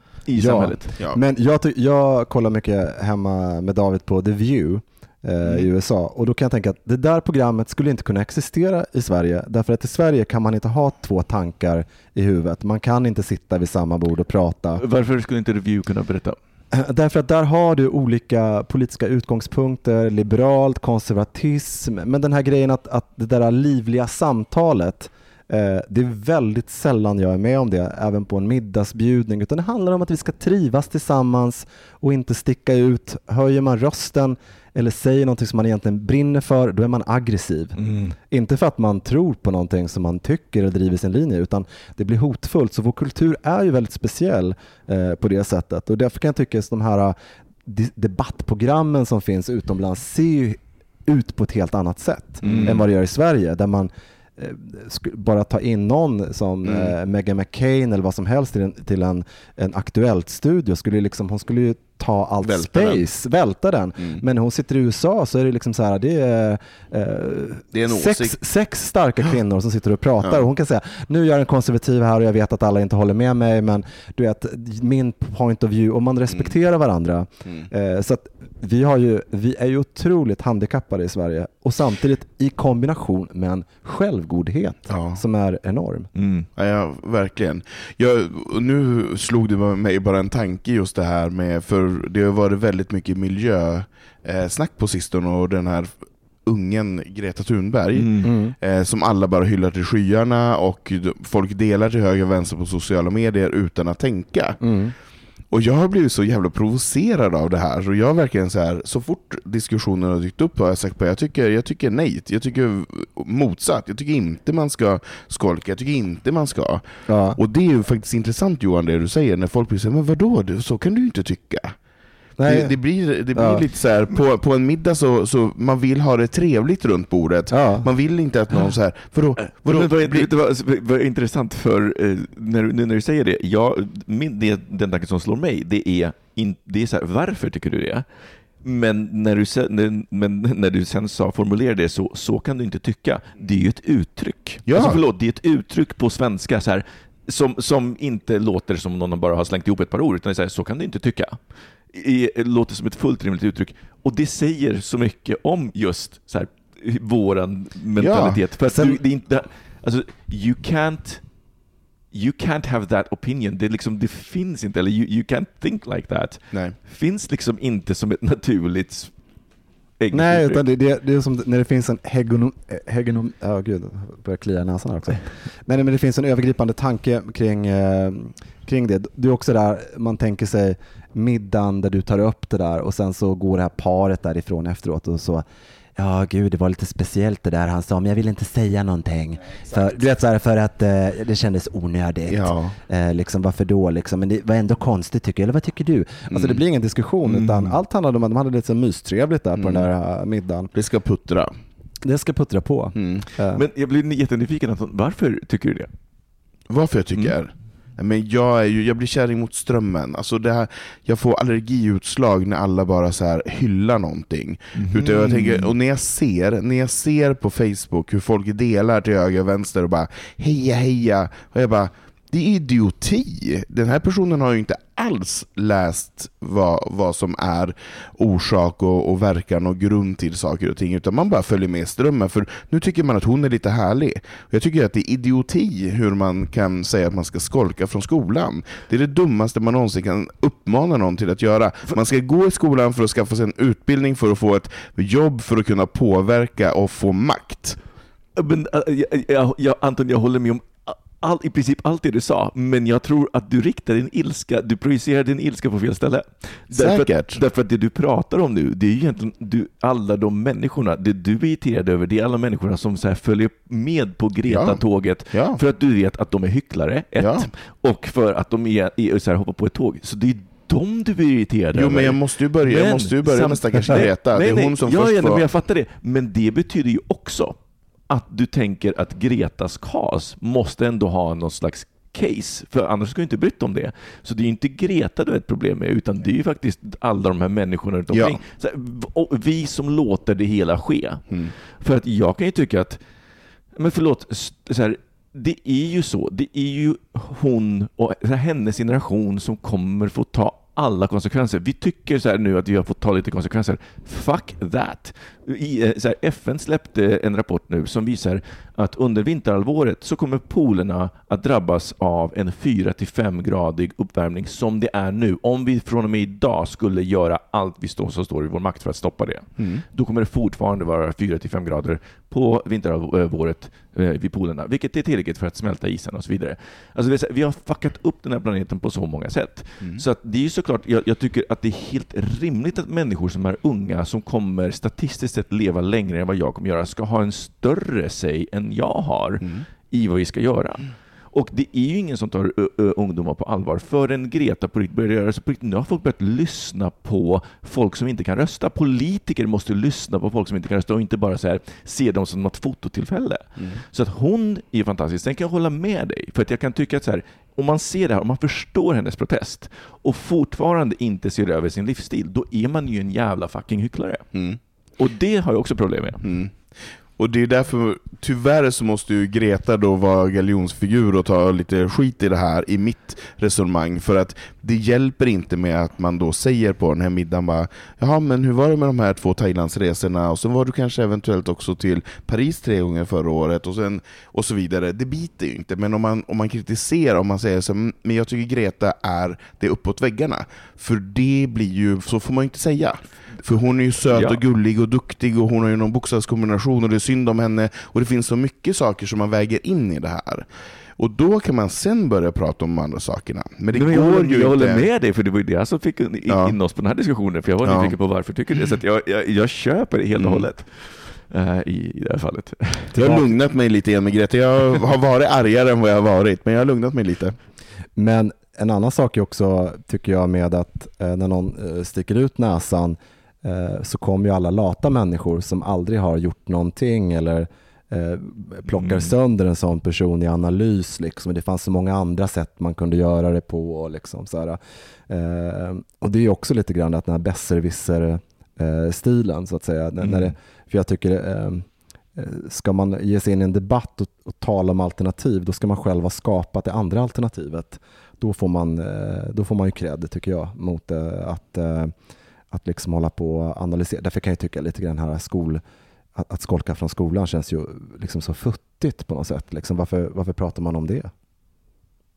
i ja, samhället. Ja. Men jag, jag kollar mycket hemma med David på The View Mm. i U S A, och då kan jag tänka att det där programmet skulle inte kunna existera i Sverige, därför att i Sverige kan man inte ha två tankar i huvudet. Man kan inte sitta vid samma bord och prata. Varför skulle inte Review kunna berätta? Därför att där har du olika politiska utgångspunkter, liberalt, konservatism, men den här grejen att, att det där livliga samtalet, eh, det är väldigt sällan jag är med om det, även på en middagsbjudning, utan det handlar om att vi ska trivas tillsammans och inte sticka ut. Höjer man rösten eller säger någonting som man egentligen brinner för, då är man aggressiv. Mm. Inte för att man tror på någonting som man tycker eller driver sin linje, utan det blir hotfullt. Så vår kultur är ju väldigt speciell eh, på det sättet. Och därför kan jag tycka att de här de- debattprogrammen som finns utomlands ser ju ut på ett helt annat sätt mm. än vad det gör i Sverige, där man eh, sk- bara ta in någon som mm. eh, Meghan McCain eller vad som helst till en, till en, en aktuellt studio. Skulle liksom, hon skulle ju ta allt välta space, den. välta den. Mm. Men när hon sitter i U S A så är det liksom så här, det är, eh, det är sex, sex starka kvinnor som sitter och pratar. Ja. Och hon kan säga, nu är jag en konservativ här och jag vet att alla inte håller med mig, men du vet, min point of view, och man respekterar mm. varandra. Mm. Eh, så att vi, har ju, vi är ju otroligt handikappade i Sverige, och samtidigt i kombination med en självgodhet ja. som är enorm. Mm. Ja, ja, verkligen. Jag, nu slog det mig bara en tanke just det här med, för det har varit väldigt mycket miljösnack på sistone, och den här ungen Greta Thunberg mm. eh, som alla bara hyllar till skyarna, och folk delar till höger och vänster på sociala medier utan att tänka. Mm. Och jag har blivit så jävla provocerad av det här, så jag verkligen så här, så fort diskussionen har dykt upp har jag sagt på, jag tycker, jag tycker nej, jag tycker motsatt, jag tycker inte man ska skolka, jag tycker inte man ska. Ja. Och det är ju faktiskt intressant, Johan, det du säger, när folk blir så här, men vadå, så kan du inte tycka. Det, det blir, det blir ja. lite så här, på, på en middag så, så man vill ha det trevligt runt bordet. Ja. Man vill inte att någon så här, vadå, vadå, men, vad, blir... det var, var intressant för eh, när, nu när du säger det, jag, min, det, den tanken som slår mig, det är, in, det är så här, varför tycker du det? Men när du sen, när, men när du sen sa, formulerade det så, så kan du inte tycka. Det är ju ett uttryck. Ja. Alltså förlåt, det är ett uttryck på svenska så här, som, som inte låter som någon bara har slängt ihop ett par ord, utan det är så, här, så kan du inte tycka. Det låter som ett fullt rimligt uttryck, och det säger så mycket om just så här, våran mentalitet. Ja, för att sen... du, det är inte, alltså, you can't you can't have that opinion. Det, liksom, det finns inte, eller you, you can't think like that. Nej. Finns liksom inte som ett naturligt Nej, utan det, det, det är som när det finns en hegenom... hegenom oh, gud, börjar klia näsan här också. Nej, men det finns en övergripande tanke kring, eh, kring det. Det är också där man tänker sig middagen där du tar upp det där och sen så går det här paret därifrån efteråt och så ja, gud, det var lite speciellt det där han sa, men jag ville inte säga någonting. För, du vet, så här, för att eh, det kändes onödigt. Ja. Eh, liksom, varför då? Liksom? Men det var ändå konstigt, tycker jag. Eller vad tycker du? Mm. Alltså, det blir ingen diskussion, mm. utan allt handlade om att de hade lite så mystrevligt där på mm. den där middagen. Det ska puttra. Det ska puttra på. Mm. Eh. Men jag blir jättenyfiken. Varför tycker du det? Varför jag tycker? Mm. Men jag, är ju, jag blir kärring mot strömmen. Alltså det här, jag får allergiutslag när alla bara så här hyllar någonting. Mm. Utan jag tänker, och när jag ser när jag ser på Facebook hur folk delar till höger och vänster och bara heja heja, och jag bara, det är idioti. Den här personen har ju inte alls läst vad, vad som är orsak och, och verkan och grund till saker och ting, utan man bara följer med strömmen, för nu tycker man att hon är lite härlig. Och jag tycker att det är idioti hur man kan säga att man ska skolka från skolan. Det är det dummaste man någonsin kan uppmana någon till att göra. Man ska gå i skolan för att skaffa sig en utbildning, för att få ett jobb, för att kunna påverka och få makt. Men, jag, jag, jag, Anton, jag håller med om All, i princip allt det du sa, men jag tror att du riktar din ilska, du projicerar din ilska på fel ställe. Säkert. Därför att, därför att det du pratar om nu, det är ju egentligen du, alla de människorna, det du är irriterad över, det är alla människorna som så här följer med på Greta-tåget, ja. Ja. för att du vet att de är hycklare, ett, ja. och för att de är, är så här, hoppar på ett tåg. Så det är de du är irriterad jo, över. Jo, men jag måste ju börja, men, jag måste ju börja med stackars Greta. Nej, det är nej, hon som ja, först ja, får... men jag fattar det. Men det betyder ju också att du tänker att Gretas kas måste ändå ha någon slags case, för annars ska du inte bryta om det. Så det är ju inte Greta du har ett problem med, utan det är ju faktiskt alla de här människorna runt omkring. Ja. Så här, och vi som låter det hela ske. Mm. För att jag kan ju tycka att, men förlåt, så här, det är ju så, det är ju hon och hennes generation som kommer få ta alla konsekvenser. Vi tycker så här nu att vi har fått ta lite konsekvenser. Fuck that. I, så här, F N släppte en rapport nu som visar att under vinterhalvåret så kommer polerna att drabbas av en fyra till fem gradig uppvärmning som det är nu. Om vi från och med idag skulle göra allt vi står, som står i vår makt för att stoppa det, mm. då kommer det fortfarande vara fyra till fem grader på vinterhalvåret eh, vid polerna, vilket är tillräckligt för att smälta isen och så vidare. Alltså, det är, vi har fuckat upp den här planeten på så många sätt. Mm. Så att det är ju såklart, jag, jag tycker att det är helt rimligt att människor som är unga, som kommer statistiskt sett leva längre än vad jag kommer göra, ska ha en större säg än jag har mm. i vad vi ska göra. Mm. Och det är ju ingen som tar ö, ö, ungdomar på allvar. För en Greta på riktigt börjar göra så på riktigt. Nu har folk börjat lyssna på folk som inte kan rösta. Politiker måste lyssna på folk som inte kan rösta och inte bara så här se dem som något fototillfälle. Mm. Så att hon är fantastisk. Sen kan jag hålla med dig. För att jag kan tycka att så här, om man ser det här, om man förstår hennes protest och fortfarande inte ser över sin livsstil, då är man ju en jävla fucking hycklare. Mm. Och det har jag också problem med. Mm. Och det är därför, tyvärr så måste ju Greta då vara galjonsfigur och ta lite skit i det här i mitt resonemang, för att det hjälper inte med att man då säger på den här middagen bara, jaha, men hur var det med de här två Thailandsresorna, och så var du kanske eventuellt också till Paris tre gånger förra året och, sen, och så vidare. Det biter ju inte, men om man, om man kritiserar, om man säger så, men jag tycker Greta är det uppåt väggarna, för det blir ju, så får man ju inte säga. För hon är ju söt ja. och gullig och duktig, och hon har ju någon bokstavskombination och det är synd om henne, och det finns så mycket saker som man väger in i det här. Och då kan man sen börja prata om de andra sakerna. Men det men går jag, ju jag inte. Jag håller med dig, för det var ju det som fick in, ja. in oss på den här diskussionen, för jag var ja. nyfiken på varför tycker det. Så att jag, jag, jag köper det helt och hållet mm. uh, i, i det här fallet. Jag har lugnat mig lite igen med Greta. Jag har varit argare än vad jag har varit, men jag har lugnat mig lite. Men en annan sak också tycker jag med att eh, när någon eh, sticker ut näsan, så kommer ju alla lata människor som aldrig har gjort någonting eller eh, plockar mm. sönder en sån person i analys. Liksom. Det fanns så många andra sätt man kunde göra det på. Liksom, så här. Eh, och det är också lite grann att den här besserwisser-stilen, så att säga. Mm. När det, för jag tycker, eh, ska man ge sig in i en debatt och, och tala om alternativ, då ska man själv ha skapat det andra alternativet. Då får man, eh, då får man ju cred, tycker jag, mot eh, att eh, att liksom hålla på och analysera. Därför kan jag tycka lite grann här skol, att, att skolka från skolan känns ju liksom så futtigt på något sätt. Liksom, varför, varför pratar man om det?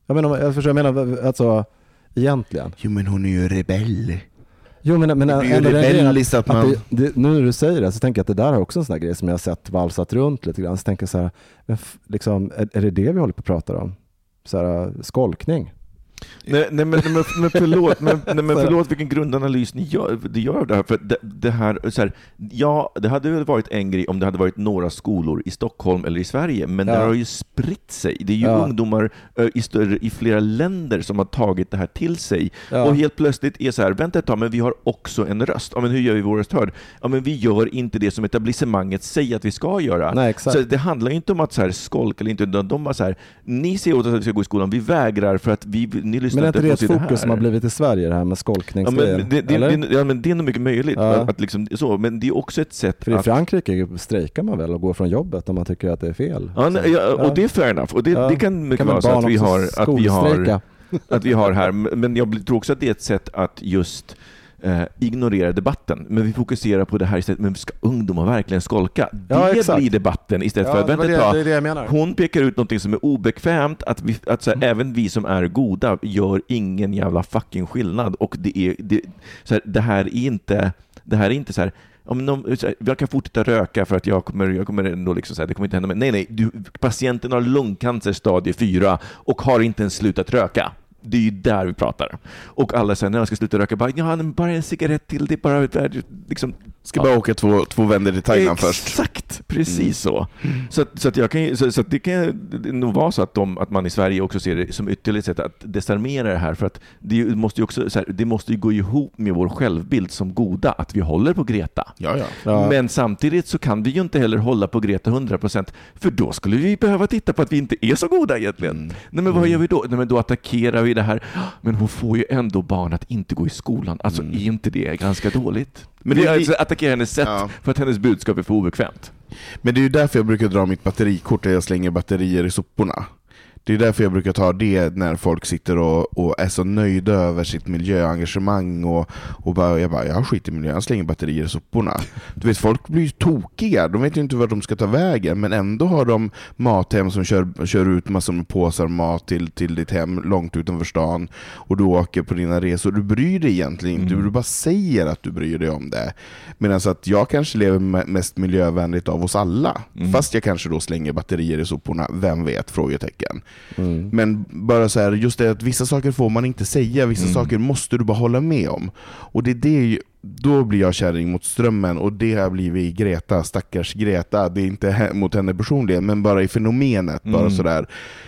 Jag menar, jag förstår, jag menar alltså egentligen. Jo, men hon är ju rebell. Jo, men, men det blir ju ändå rebelliskt att, att man... Att det, det, nu när du säger det så tänker jag att det där är också en sån där grej som jag har sett valsat runt lite grann. Så tänker jag så här, men f- liksom, är, är det det vi håller på att prata om? Så här, skolkning? Nej, nej, men, men, men, förlåt, men, nej, men förlåt vilken grundanalys ni gör, det gör det här. För det, det här, så här, ja, det hade väl varit en grej om det hade varit några skolor i Stockholm eller i Sverige, men ja. Det har ju spritt sig. Det är ju ja. ungdomar ö, i, större, i flera länder som har tagit det här till sig. Ja. Och helt plötsligt är så här, vänta ett tag, men vi har också en röst. Ja, men hur gör vi vår röst hörd? Ja, men vi gör inte det som etablissemanget säger att vi ska göra. Nej, exakt. Så det handlar ju inte om att så här, skolk eller inte, de bara så här, ni ser åt att vi ska gå i skolan, vi vägrar för att vi ni men är inte det ett fokus här som har blivit i Sverige, det här med skolkning? Ja, men det, det, det, ja, men det är nog mycket möjligt. Ja. Att liksom, så, men det är också ett sätt. För i Frankrike att... strejkar man väl och går från jobbet om man tycker att det är fel. Ja, nej, ja, och ja. det är fair enough. Och det, ja. det kan mycket kan vara så att vi har, att vi har att vi har här. Men jag tror också att det är ett sätt att just eh, ignorera debatten. Men vi fokuserar på det här istället. Men ska ungdomar verkligen skolka? Ja, det exakt. blir debatten istället ja, för att vänta det, ta. Det är det jag menar. Hon pekar ut något som är obekvämt. Att, vi, att så här, mm. även vi som är goda gör ingen jävla fucking skillnad. Och det, är, det, så här, det här är inte det här är inte så här om de, jag kan fortsätta röka för att jag kommer, jag kommer ändå liksom så här, det kommer inte hända. Men nej, nej, du, patienten har lungcancer stadie fyra och har inte ens slutat röka. Det är ju där vi pratar. Och alla säger när jag ska sluta röka, bara, ja, bara en cigarett till, det är bara liksom, ska ja. bara åka två, två vändor i Thailand Exakt, först. Exakt, precis mm. så. Så, att, så, att jag kan, så, så att det kan nog vara så att, de, att man i Sverige också ser det som ytterligare sätt att desarmera det här, för att det måste ju också så här, det måste ju gå ihop med vår självbild som goda, att vi håller på Greta. Ja, ja. Ja. Men samtidigt så kan vi ju inte heller hålla på Greta hundra procent, för då skulle vi behöva titta på att vi inte är så goda egentligen. Mm. Nej, men vad gör vi då? Nej, men då attackerar vi det här. Men hon får ju ändå barn att inte gå i skolan. Alltså mm. är inte det ganska dåligt? Men det är alltså attackera hennes sätt ja. för att hennes budskap är för obekvämt. Men det är ju därför jag brukar dra mitt batterikort där jag slänger batterier i soporna. Det är därför jag brukar ta det när folk sitter och, och är så nöjda över sitt miljöengagemang och, och bara, jag bara, jag har skit i miljön, jag slänger batterier i soporna. Du vet, folk blir ju tokiga, de vet ju inte vart de ska ta vägen, men ändå har de mathem som kör, kör ut massor med påsar mat till, till ditt hem långt utanför stan, och du åker på dina resor. Du bryr dig egentligen inte, mm. du bara säger att du bryr dig om det. Medan så att jag kanske lever mest miljövänligt av oss alla, mm. fast jag kanske då slänger batterier i soporna, vem vet, frågetecken. Mm. Men bara så här, just det att vissa saker får man inte säga, vissa mm. saker måste du bara hålla med om. Och det är det, då blir jag kärring mot strömmen, och det har blivit Greta, stackars Greta. Det är inte mot henne personligen, men bara i fenomenet, mm. bara sådär.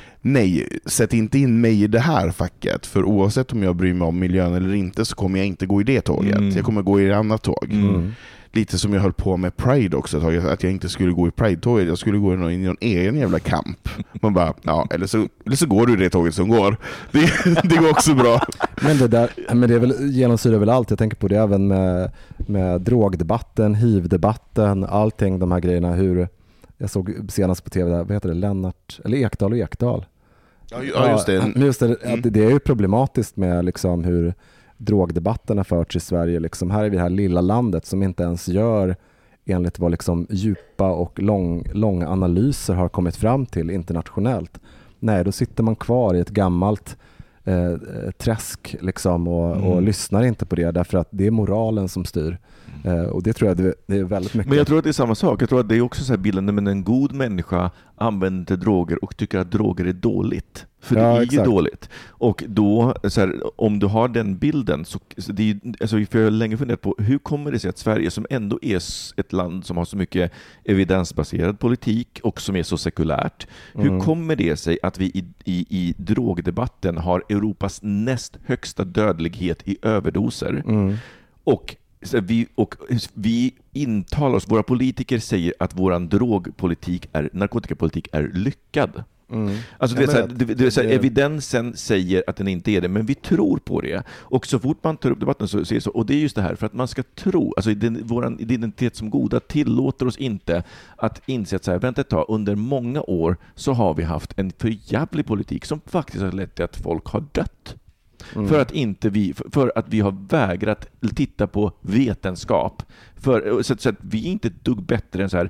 Nej, sätt inte in mig i det här facket, för oavsett om jag bryr mig om miljön eller inte så kommer jag inte gå i det tåget. Mm. Jag kommer gå i ett annat tåg. Mm. Lite som jag höll på med Pride också, att jag inte skulle gå i Pride-tåget, jag skulle gå in i någon egen jävla kamp. Man bara, ja, eller så, eller så går du i det tåget som går. Det, det går också bra. Men det där, men det är väl, genomsyrar väl allt. Jag tänker på det även med, med drogdebatten, H I V-debatten, allting, de här grejerna. Hur jag såg senast på tv där, vad heter det, Lennart, eller Ekdal och Ekdal. Ja, ja just det. Ja, just det, mm. det är ju problematiskt med liksom hur drogdebatten har förts i Sverige. Liksom, här är vi det här lilla landet som inte ens gör enligt vad liksom djupa och lång, långa analyser har kommit fram till internationellt. Nej, då sitter man kvar i ett gammalt eh, träsk liksom, och, mm. och lyssnar inte på det, därför att det är moralen som styr. Uh, och det tror jag det, det är väldigt mycket. Men jag tror att det är samma sak. Jag tror att det är också så här bilden, men en god människa använder droger och tycker att droger är dåligt. För ja, det är exakt. ju dåligt. Och då, så här, om du har den bilden, så, så det är, alltså, för jag har länge funderat på hur kommer det sig att Sverige, som ändå är ett land som har så mycket evidensbaserad politik och som är så sekulärt, mm. hur kommer det sig att vi i, i, i drogdebatten har Europas näst högsta dödlighet i överdoser? Mm. Och Så vi, och vi intalar oss, våra politiker säger att våran drogpolitik är, narkotikapolitik är lyckad. Mm. Alltså, det är så här, det, det är så här, evidensen säger att den inte är det, men vi tror på det. Och så fort man tar upp debatten så är det så, och det är just det här, för att man ska tro, alltså den, våran identitet som goda tillåter oss inte att inse att så här, vänta ett tag, under många år så har vi haft en förjävlig politik som faktiskt har lett till att folk har dött. Mm. För att inte vi för att vi har vägrat titta på vetenskap, för så att, så att vi är inte ett dugg bättre än så här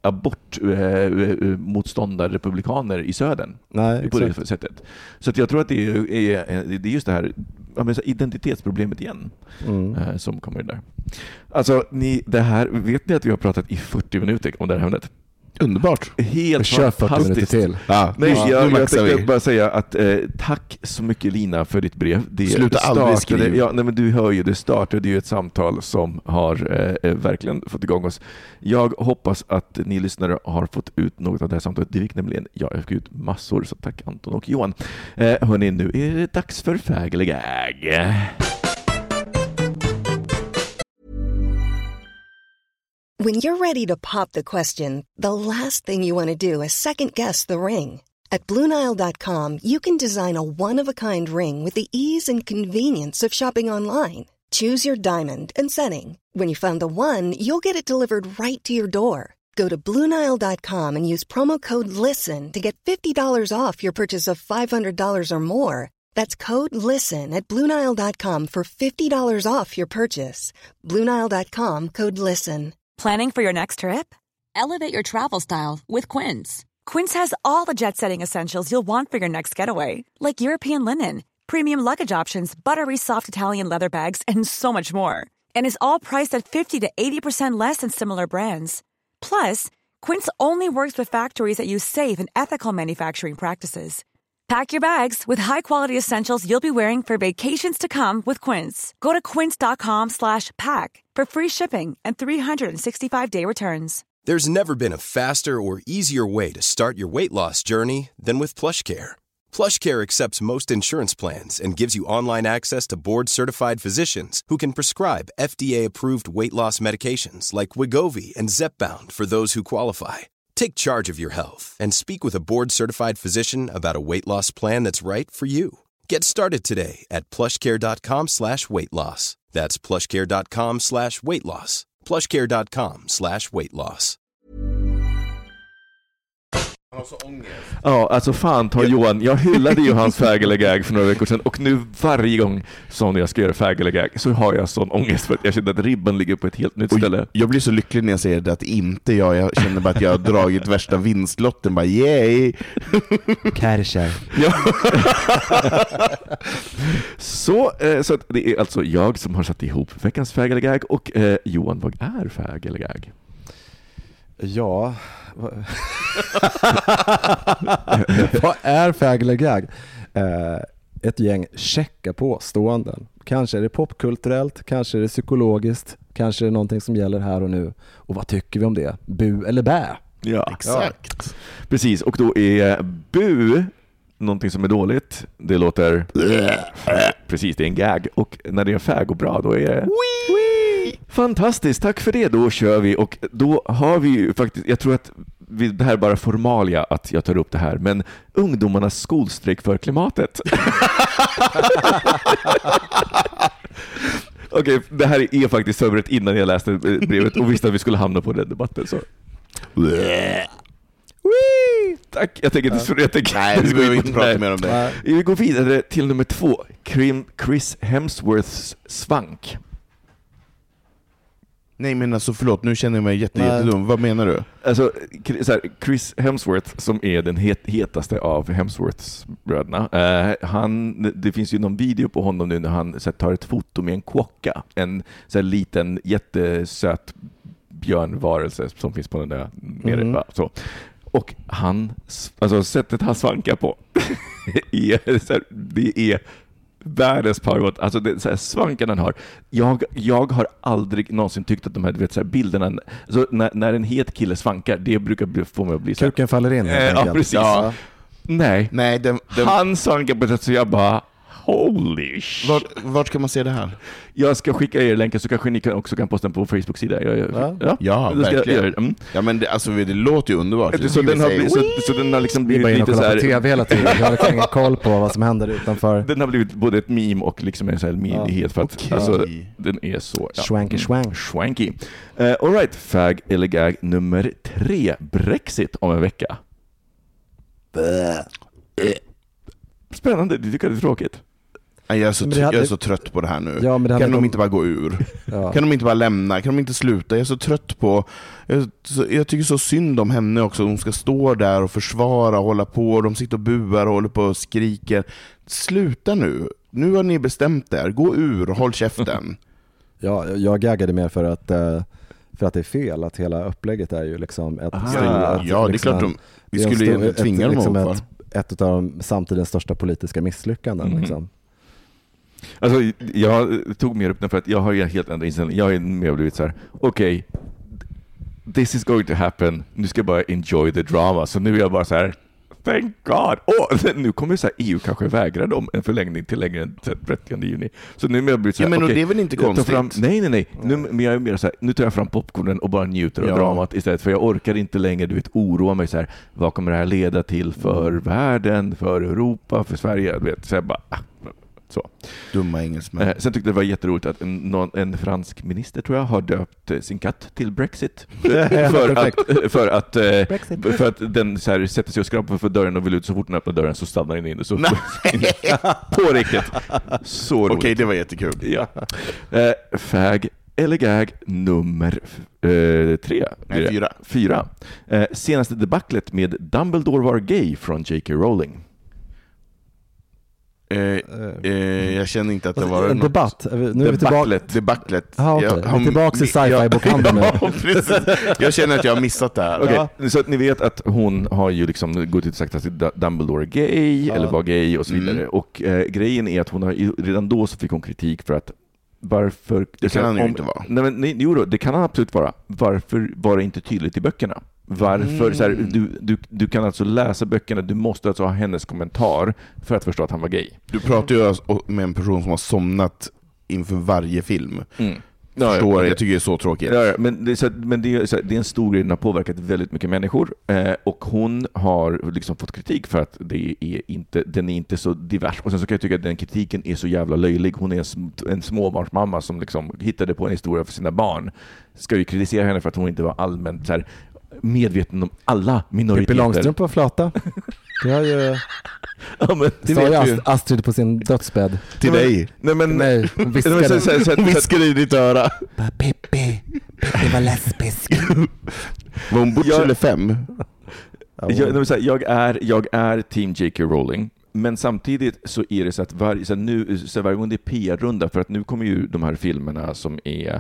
abortmotståndare republikaner i södern. Nej, på exakt. det sättet. Så att jag tror att det är, är, det är just det här identitetsproblemet igen mm. eh, som kommer där. Alltså, ni, det här, vet ni att vi har pratat i fyrtio minuter om det här ämnet? Underbart. Helt fantastiskt. Till. Ja, Nej, ja, jag, jag tänkte vi. bara säga att eh, tack så mycket Lina för ditt brev. Det Sluta aldrig skriva. Ja, nej, men du hör ju, det startade ju ett samtal som har eh, verkligen fått igång oss. Jag hoppas att ni lyssnare har fått ut något av det här samtalet. Det fick nämligen jag har fått ut massor, så tack Anton och Johan. Eh, hörni, nu är det dags för fägeligag. When you're ready to pop the question, the last thing you want to do is second-guess the ring. At Blue Nile dot com, you can design a one-of-a-kind ring with the ease and convenience of shopping online. Choose your diamond and setting. When you find the one, you'll get it delivered right to your door. Go to Blue Nile dot com and use promo code LISTEN to get fifty dollars off your purchase of five hundred dollars or more. That's code LISTEN at Blue Nile dot com for fifty dollars off your purchase. Blue Nile dot com, code LISTEN. Planning for your next trip? Elevate your travel style with Quince. Quince has all the jet-setting essentials you'll want for your next getaway, like European linen, premium luggage options, buttery soft Italian leather bags, and so much more. And is all priced at fifty to eighty percent less than similar brands. Plus, Quince only works with factories that use safe and ethical manufacturing practices. Pack your bags with high-quality essentials you'll be wearing for vacations to come with Quince. Go to quince dot com slash pack for free shipping and three sixty-five day returns. There's never been a faster or easier way to start your weight loss journey than with PlushCare. PlushCare accepts most insurance plans and gives you online access to board-certified physicians who can prescribe F D A-approved weight loss medications like Wegovy and Zepbound for those who qualify. Take charge of your health and speak with a board-certified physician about a weight loss plan that's right for you. Get started today at plushcare.com slash weight loss. That's plushcare.com slash weight loss. plushcare.com slash weight loss. Ja, alltså fan ta Johan. Jag hyllade ju hans fägelegag för några veckor sedan och nu varje gång som jag ska göra fägelegag så har jag sån ångest för att jag känner att ribban ligger på ett helt nytt ställe. Jag blir så lycklig när jag säger det att inte jag, jag känner bara att jag har dragit värsta vinstlotten, bara yay! Kärkär. Ja. så, eh, så att det är alltså jag som har satt ihop veckans fägelegag och eh, Johan, vad är fägelegag? Ja, vad är fägelegag? Eh, ett gäng checka påståenden. Kanske är det popkulturellt, kanske är det psykologiskt, kanske är det någonting som gäller här och nu. Och vad tycker vi om det? Bu eller bä? Ja, exakt. Ja. Precis, och då är bu någonting som är dåligt. Det låter precis, det är en gag. Och när det är fäg och bra, då är det fantastiskt, tack för det. Då kör vi och då har vi ju faktiskt, jag tror att vi, det här är bara formalia att jag tar upp det här, men ungdomarnas skolstrejk för klimatet. Okej, okay, det här är faktiskt förberett innan jag läste brevet och visste att vi skulle hamna på den debatten. Så. Tack, jag tänker inte... Jag tänker, Nej, vi behöver inte prata mer om det. Vi går vidare till nummer två. Chris Hemsworths svank. Nej, men alltså förlåt, nu känner jag mig jätte, jättedum. Vad menar du? Alltså, så här, Chris Hemsworth som är den het, hetaste av Hemsworths bröderna. Eh, han, det finns ju någon video på honom nu när han så här, tar ett foto med en quokka. En så här, liten jättesöt björnvarelse som finns på den där mm. med, så. Och han, alltså sättet han svankar på är, så här, det är världens parot. Alltså det så här, svanken han har. Jag, jag har aldrig någonsin tyckt att de här, du vet, så här bilderna, alltså, när, när en het kille svankar, det brukar få mig att bli så här. Kuken faller in. Eh, ja, precis. Ja. Nej. Nej, den, den... Han svankar på det så jag bara holy shit. Vart, vart kan man se det här? Jag ska skicka er länken så kanske ni kan, också kan posta den på Facebook-sida. Jag, ja, ja, ja verkligen. Jag, mm. Ja, men det, alltså, det låter ju underbart. Så, så, den, har blivit, så, så den har liksom blivit lite så här... T V hela tiden. Jag har ingen koll på vad som händer utanför. Den har blivit både ett meme och liksom en sån här minihet för att okay. alltså, den är så... Ja. Swanky swank. Swanky. Uh, all right, fag eller gag nummer tre. Brexit om en vecka. Spännande, du tycker det är tråkigt? Jag är så, hade... jag är så trött på det här nu. Ja, men det kan de kom... inte bara gå ur? Ja. Kan de inte bara lämna? Kan de inte sluta? Jag är så trött på... Jag, så, jag tycker så synd om henne också. Hon ska stå där och försvara och hålla på. Och de sitter och buar och håller på och skriker. Sluta nu. Nu har ni bestämt er. Gå ur och håll käften. Ja, jag gaggade mer för att, för att det är fel. Att hela upplägget är ju liksom ett... Aha, styr, ja, ett, ja, det är liksom, klart de... Vi skulle ju tvinga dem liksom att ett, ett av de samtidens största politiska misslyckanden. Mm. Liksom. Alltså, jag tog mer upp den för att jag har ju helt andra inställning. Jag är mer blivit så här: okej, okay, this is going to happen. Nu ska jag bara enjoy the drama. Så nu är jag bara så här: thank God. Oh, nu kommer så här, E U kanske vägrar dem en förlängning till längre än trettionde juni. Så nu är jag blivit så här, ja, men okay, det är väl inte konstigt? Fram, nej, nej, nej. Nu, men jag är mer så här, nu tar jag fram popcornen och bara njuter av ja. dramat istället. För jag orkar inte längre, du vet, oroa mig så här: vad kommer det här leda till för mm. världen, för Europa, för Sverige? Du vet, så jag bara... Ah. Så. Dumma engelsmän. Eh, sen tyckte jag det var jätteroligt att en, någon, en fransk minister, tror jag, har döpt eh, sin katt till Brexit. för, att, för, att, eh, Brexit. för att den så här, sätter sig och skrapar för dörren och vill ut. Så fort den öppnar dörren så stannar den in. Så, på riktigt. Så roligt. Okej, det var jättekul. Ja. Eh, fag eller gag nummer eh, tre. Nej, fyra. fyra. Eh, senaste debaclet med Dumbledore var gay från J K Rowling. Eh, eh, jag känner inte att det var en något... debatt. Nu är vi tillbaka. Debacklet. Ah, okay. Jag, vi är tillbaka i sci-fi-bokhandeln nu. Ja, jag känner att jag har missat det här. Okay. Ja. Så att ni vet att hon har ju liksom gått ut och sagt att Dumbledore är gay, ja. eller var gay och så vidare. Mm. Och eh, grejen är att hon har redan då så fick hon kritik för att varför... Det kan han ju om, inte vara. Nej, men, nej, jo då, det kan han absolut vara. Varför var det inte tydligt i böckerna? Varför? Mm. Så här, du, du, du kan alltså läsa böckerna, du måste alltså ha hennes kommentar för att förstå att han var gay. Du pratar ju med en person som har somnat inför varje film. Mm. Ja, Förstår, ja, jag tycker det är så tråkigt. Ja, ja, men det är, så, men det är, så, det är en stor grej, den har påverkat väldigt mycket människor. Eh, och hon har liksom fått kritik för att det är inte, den är inte så divers. Och sen så kan jag tycka att den kritiken är så jävla löjlig. Hon är en, en småbarnsmamma som liksom hittade på en historia för sina barn. Ska vi kritisera henne för att hon inte var allmänt så här, medveten om alla minoriteter. Pippi Långstrump var flata. Det har ju... Ja, men det sa ju Astrid på sin dödsbädd. Till nej, dig. Nej, men, till mig. Hon viskade, så, så, så, hon viskade i ditt öra. Pippi, Pippi var lesbisk. Var hon butch eller fem? Jag, jag, är, jag är team J K Rowling. Men samtidigt så är det så att var, så nu, så varje gång det är P R-runda, för att nu kommer ju de här filmerna som är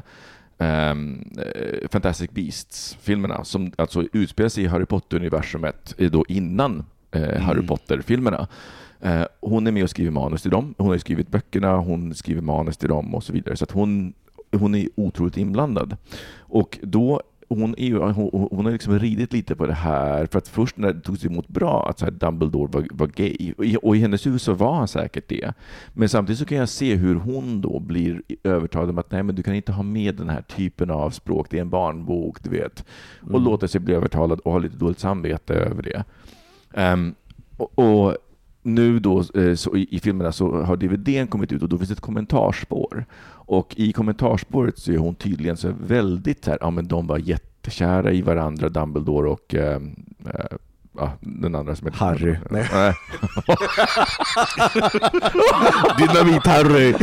Um, uh, Fantastic Beasts-filmerna som alltså utspelar sig i Harry Potter-universumet då innan uh, mm. Harry Potter-filmerna. Uh, hon är med och skriver manus till dem. Hon har skrivit böckerna, hon skriver manus till dem och så vidare. Så att hon, hon är otroligt inblandad. Och då hon, är, hon, hon har liksom ridit lite på det här, för att först när det togs emot bra att så här Dumbledore var, var gay, och i, och i hennes hus så var han säkert det, men samtidigt så kan jag se hur hon då blir övertalad om att nej, men du kan inte ha med den här typen av språk, det är en barnbok, du vet, och mm. låter sig bli övertalad och ha lite dåligt samvete över det. Um, och, och nu då så i, i filmerna så har D V D:n kommit ut och då finns det ett kommentarspår. Och i kommentarspåret så är hon tydligen så väldigt så här, ja men de var jättekära i varandra, Dumbledore och äh, äh, ja, den andra som heter Harry. Nej. Dynamit-Harry.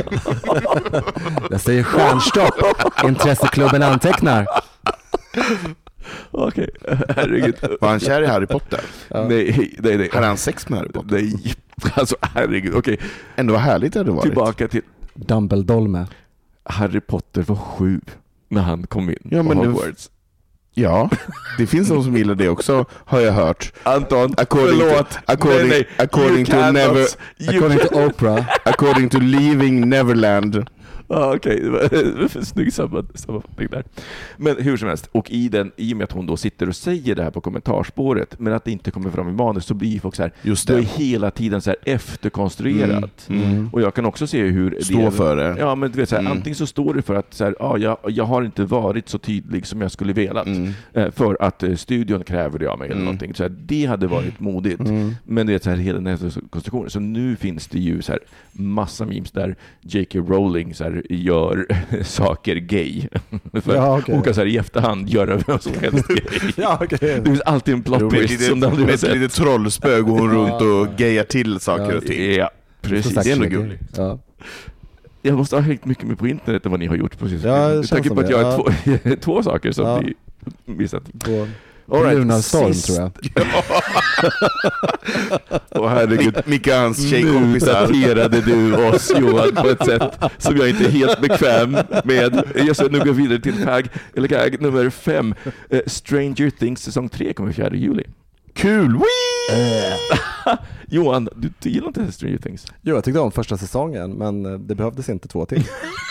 Jag säger stjärnstopp. Intresseklubben antecknar. Okej, herregud. Var han kär i Harry Potter? Ja. Nej, nej, nej. Hade han sex med Harry Potter? Nej, alltså herregud. Okej. Ändå vad härligt det hade varit. Tillbaka till Dumbledore. Harry Potter var sju när han kom in ja, men på Hogwarts. Du... Ja, det finns någon som gillar det också, har jag hört. Anton, according förlåt. To, according, nej, nej. according to never, according to Oprah. According to Leaving Neverland. Ja, okej. Det var en snygg sammanfattning där. Men hur som helst, och i, den, i och med att hon då sitter och säger det här på kommentarspåret, men att det inte kommer fram i manus, så blir folk så här, just det. Det är hela tiden så här efterkonstruerat. Mm. Mm. Och jag kan också se hur Stå det, för det. Ja, men du vet så här, mm. antingen så står det för att så här, ja, jag, jag har inte varit så tydlig som jag skulle velat, mm. för att studion kräver det av mig eller mm. någonting. Så här, det hade varit modigt. Mm. Men du vet så här, hela den här konstruktionen. Så nu finns det ju så här massa memes där J K Rowling så här gör saker gay. För ja, okay. Hon kan så här i efterhand göra vad som helst gay. Ja, okay. Det finns alltid en plot twist som det, aldrig har sett. Ett litet trollspö går hon runt och gayar till saker ja, och ting. Ja, Precis, det är ändå gulligt. Ja. Jag måste ha hängt mycket mer på internet än vad ni har gjort. Precis. Ja, jag tänker på att jag har ja. två, två saker som ja. ni missat. På Lunarstorm tror jag. Åh herregud, Micke hans tjejkompisar. Nu daterade du oss, Johan, på ett sätt som jag inte är helt bekväm med. Jag ska nu gå vidare till tag, eller tag nummer fem. Uh, Stranger Things säsong tre kommer fjärde juli. Kul! Uh. Johan, du, du gillar inte Stranger Things? Jo, jag tyckte om första säsongen, men det behövdes inte två till.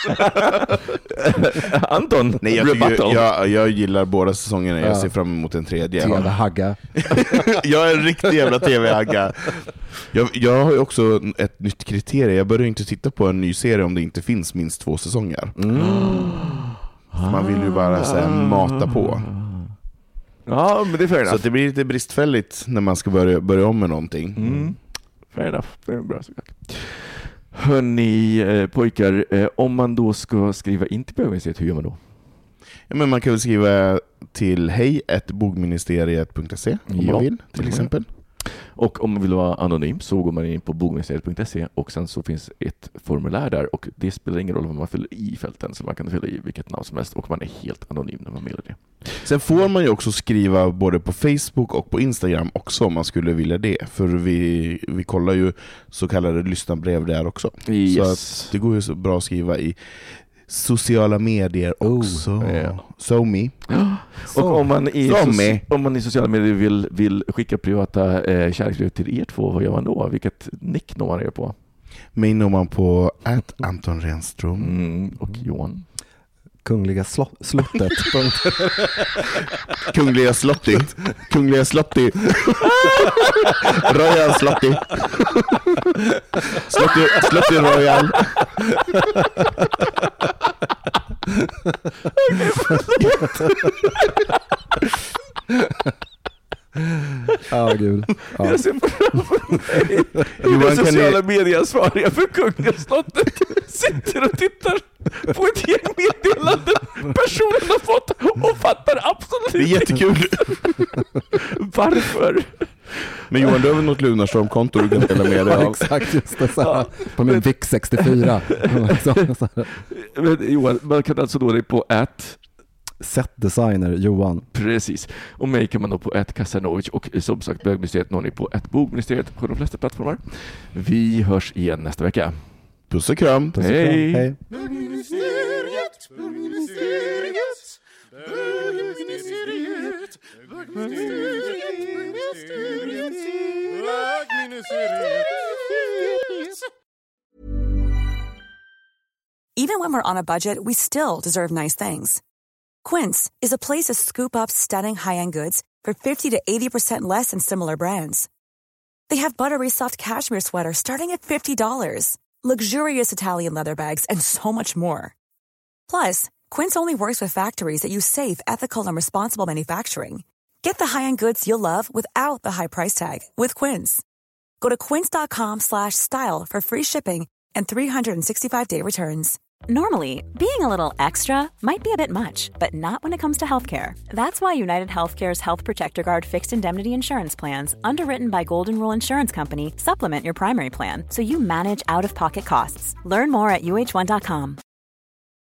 Anton, nej, jag, tycker, jag, jag gillar båda säsongerna. Jag ja. ser fram emot en tredje. T V-hagga. Jag är en riktig jävla T V-hagga. Jag, jag har ju också ett nytt kriterium. Jag börjar inte titta på en ny serie om det inte finns minst två säsonger. Mm. Man vill ju bara så här, mata på. Ja, men det är fair enough. Så att det blir lite bristfälligt när man ska börja, börja om med någonting. Mm. Fair enough. Det är bra såklart. Hörrni eh, pojkar, eh, om man då ska skriva in till bögministeriet, hur gör man då? Ja, men man kan väl skriva till hej at bogministeriet punkt se om ja. man vill, till mm. exempel. Och om man vill vara anonym så går man in på bogministeriet punkt se och sen så finns ett formulär där och det spelar ingen roll vad man fyller i fälten, så man kan fylla i vilket namn som helst och man är helt anonym när man mailar det. Sen får man ju också skriva både på Facebook och på Instagram också om man skulle vilja det, för vi, vi kollar ju så kallade lyssnarbrev där också. Yes. Så att det går ju så bra att skriva i sociala medier också. Oh, yeah. So me. Och om man, i so om man i sociala medier vill, vill skicka privata eh, kärleksbrev till er två, vad gör man då? Vilket nick når man er på? Mig når man på at Anton Renström. Mm, och Johan. Kungliga slott, slottet. Kungliga slottet. Kungliga slottet. Royal slottet. Slottet, slottet Royal. Ja, gud. Ja. Jag ser framför mig hur den sociala ni... medieansvariga för Kungliga slottet sitter och tittar på ett gäng meddelanden personen har fått och fattar absolut. Det är jättekul. Varför? Men Johan, du har väl något Lunarstorm-konto du kan dela med dig av? Exakt, just det. Så här, ja. På min V I X sextiofyra. Men Johan, man kan alltså då dig på at Setdesigner Johan. Precis. Och mig kan man då på at Kasanovic och som sagt bögministeriet når ni på at bogministeriet på de flesta plattformar. Vi hörs igen nästa vecka. Puss och kram. Puss och kram. Hej. Hej. Bögministeriet, bögministeriet, bögministeriet, bögministeriet, bögministeriet. Even when we're on a budget, we still deserve nice things. Quince is a place to scoop up stunning high-end goods for fifty to eighty percent less than similar brands. They have buttery soft cashmere sweaters starting at fifty dollars, luxurious Italian leather bags, and so much more. Plus, Quince only works with factories that use safe, ethical, and responsible manufacturing. Get the high-end goods you'll love without the high price tag with Quince. Go to quince.com slash style for free shipping and three sixty-five day returns. Normally, being a little extra might be a bit much, but not when it comes to healthcare. That's why United Healthcare's Health Protector Guard fixed indemnity insurance plans, underwritten by Golden Rule Insurance Company, supplement your primary plan so you manage out-of-pocket costs. Learn more at U H one dot com.